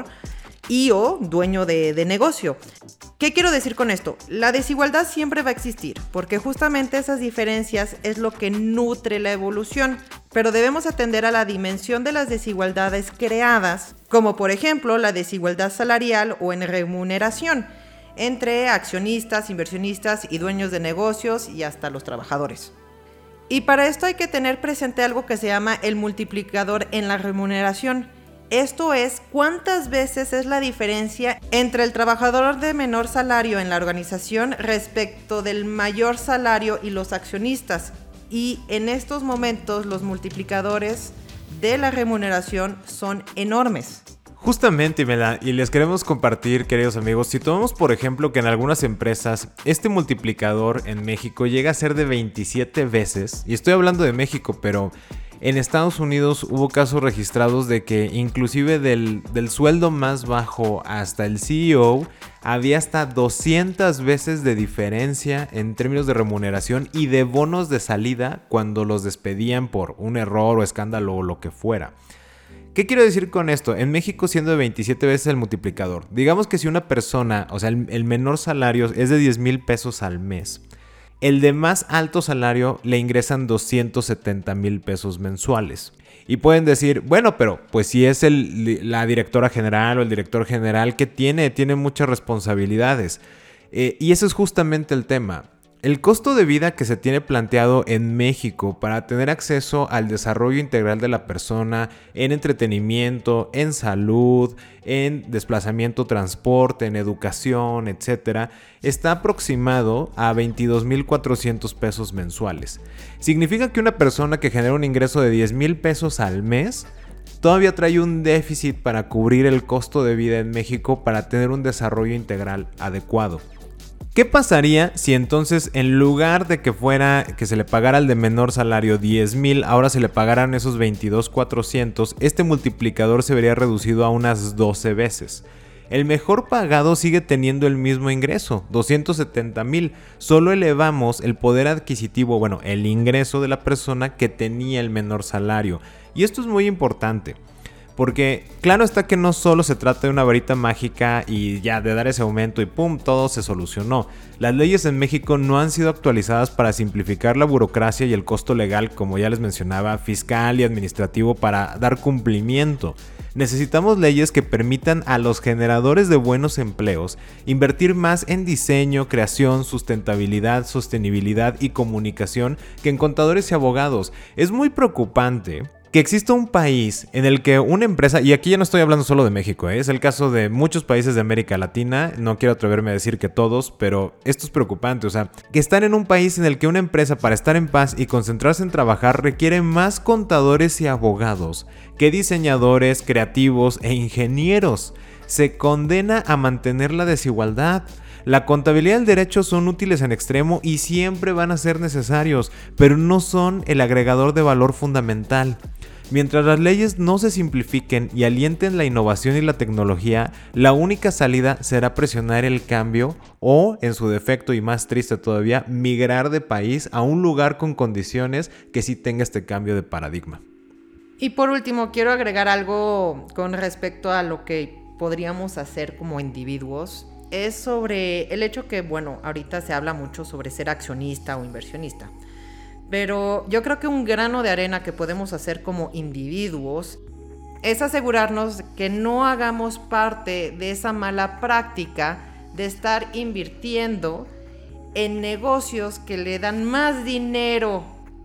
y o dueño de negocio. ¿Qué quiero decir con esto? La desigualdad siempre va a existir, porque justamente esas diferencias es lo que nutre la evolución, pero debemos atender a la dimensión de las desigualdades creadas, como por ejemplo la desigualdad salarial o en remuneración, entre accionistas, inversionistas y dueños de negocios y hasta los trabajadores. Y para esto hay que tener presente algo que se llama el multiplicador en la remuneración. Esto es, ¿cuántas veces es la diferencia entre el trabajador de menor salario en la organización respecto del mayor salario y los accionistas? Y en estos momentos los multiplicadores de la remuneración son enormes. Justamente, y les queremos compartir, queridos amigos, si tomamos por ejemplo que en algunas empresas este multiplicador en México llega a ser de 27 veces, y estoy hablando de México, pero en Estados Unidos hubo casos registrados de que inclusive del sueldo más bajo hasta el CEO había hasta 200 veces de diferencia en términos de remuneración y de bonos de salida cuando los despedían por un error o escándalo o lo que fuera. ¿Qué quiero decir con esto? En México siendo de 27 veces el multiplicador. Digamos que si una persona, o sea, el menor salario es de 10,000 pesos al mes, el de más alto salario le ingresan 270,000 pesos mensuales. Y pueden decir, bueno, pero pues si es la directora general o el director general, ¿qué tiene? Tiene muchas responsabilidades. Y eso es justamente el tema. El costo de vida que se tiene planteado en México para tener acceso al desarrollo integral de la persona en entretenimiento, en salud, en desplazamiento, transporte, en educación, etc., está aproximado a 22,400 pesos mensuales. Significa que una persona que genera un ingreso de 10,000 pesos al mes todavía trae un déficit para cubrir el costo de vida en México para tener un desarrollo integral adecuado. ¿Qué pasaría si entonces en lugar de que se le pagara al de menor salario 10,000, ahora se le pagaran esos 22,400? Este multiplicador se vería reducido a unas 12 veces. El mejor pagado sigue teniendo el mismo ingreso, 270,000. Solo elevamos el poder adquisitivo, el ingreso de la persona que tenía el menor salario. Y esto es muy importante. Porque claro está que no solo se trata de una varita mágica y ya de dar ese aumento y ¡pum! Todo se solucionó. Las leyes en México no han sido actualizadas para simplificar la burocracia y el costo legal, como ya les mencionaba, fiscal y administrativo para dar cumplimiento. Necesitamos leyes que permitan a los generadores de buenos empleos invertir más en diseño, creación, sustentabilidad, sostenibilidad y comunicación que en contadores y abogados. Es muy preocupante que exista un país en el que una empresa, y aquí ya no estoy hablando solo de México, es el caso de muchos países de América Latina, no quiero atreverme a decir que todos, pero esto es preocupante, que están en un país en el que una empresa para estar en paz y concentrarse en trabajar requiere más contadores y abogados que diseñadores, creativos e ingenieros. Se condena a mantener la desigualdad. La contabilidad y el derecho son útiles en extremo y siempre van a ser necesarios, pero no son el agregador de valor fundamental. Mientras las leyes no se simplifiquen y alienten la innovación y la tecnología, la única salida será presionar el cambio o, en su defecto y más triste todavía, migrar de país a un lugar con condiciones que sí tenga este cambio de paradigma. Y por último, quiero agregar algo con respecto a lo que podríamos hacer como individuos. Es sobre el hecho que, bueno, ahorita se habla mucho sobre ser accionista o inversionista. Pero yo creo que un grano de arena que podemos hacer como individuos es asegurarnos que no hagamos parte de esa mala práctica de estar invirtiendo en negocios que le dan más dinero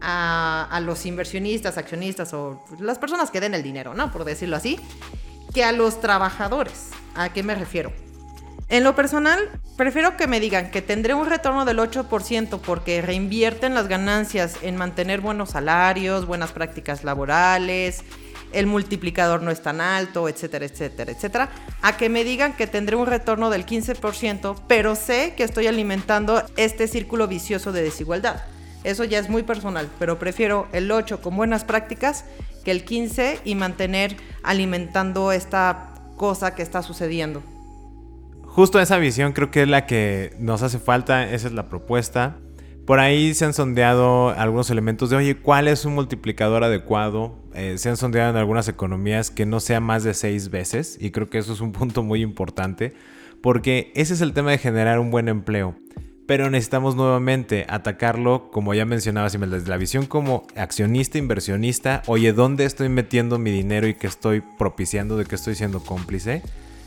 a los inversionistas, accionistas o las personas que den el dinero, ¿no? Por decirlo así, que a los trabajadores. ¿A qué me refiero? En lo personal, prefiero que me digan que tendré un retorno del 8% porque reinvierten las ganancias en mantener buenos salarios, buenas prácticas laborales, el multiplicador no es tan alto, etcétera, etcétera, etcétera, a que me digan que tendré un retorno del 15%, pero sé que estoy alimentando este círculo vicioso de desigualdad. Eso ya es muy personal, pero prefiero el 8 con buenas prácticas que el 15 y mantener alimentando esta cosa que está sucediendo. Justo esa visión creo que es la que nos hace falta, esa es la propuesta. Por ahí se han sondeado algunos elementos de, oye, ¿cuál es un multiplicador adecuado? Se han sondeado en algunas economías que no sea más de 6 veces, y creo que eso es un punto muy importante, porque ese es el tema de generar un buen empleo. Pero necesitamos nuevamente atacarlo, como ya mencionaba Imelda, desde la visión como accionista, inversionista. Oye, ¿dónde estoy metiendo mi dinero y qué estoy propiciando, de qué estoy siendo cómplice?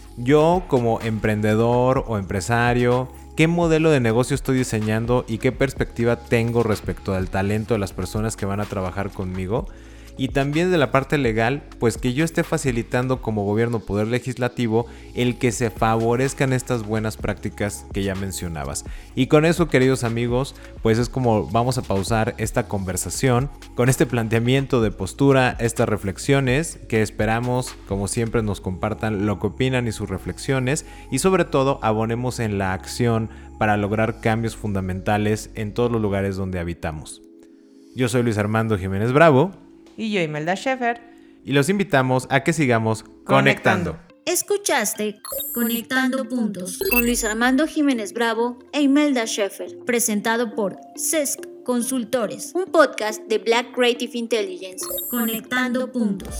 Yo como emprendedor o empresario, ¿qué modelo de negocio estoy diseñando y qué perspectiva tengo respecto al talento de las personas que van a trabajar conmigo? Y también de la parte legal, pues que yo esté facilitando como gobierno poder legislativo el que se favorezcan estas buenas prácticas que ya mencionabas. Y con eso, queridos amigos, pues es como vamos a pausar esta conversación con este planteamiento de postura, estas reflexiones que esperamos, como siempre, nos compartan lo que opinan y sus reflexiones, y sobre todo abonemos en la acción para lograr cambios fundamentales en todos los lugares donde habitamos. Yo soy Luis Armando Jiménez Bravo. Y yo, Imelda Schaefer. Y los invitamos a que sigamos conectando. Escuchaste Conectando Puntos con Luis Armando Jiménez Bravo e Imelda Schaefer, presentado por CESC Consultores, un podcast de Black Creative Intelligence. Conectando Puntos.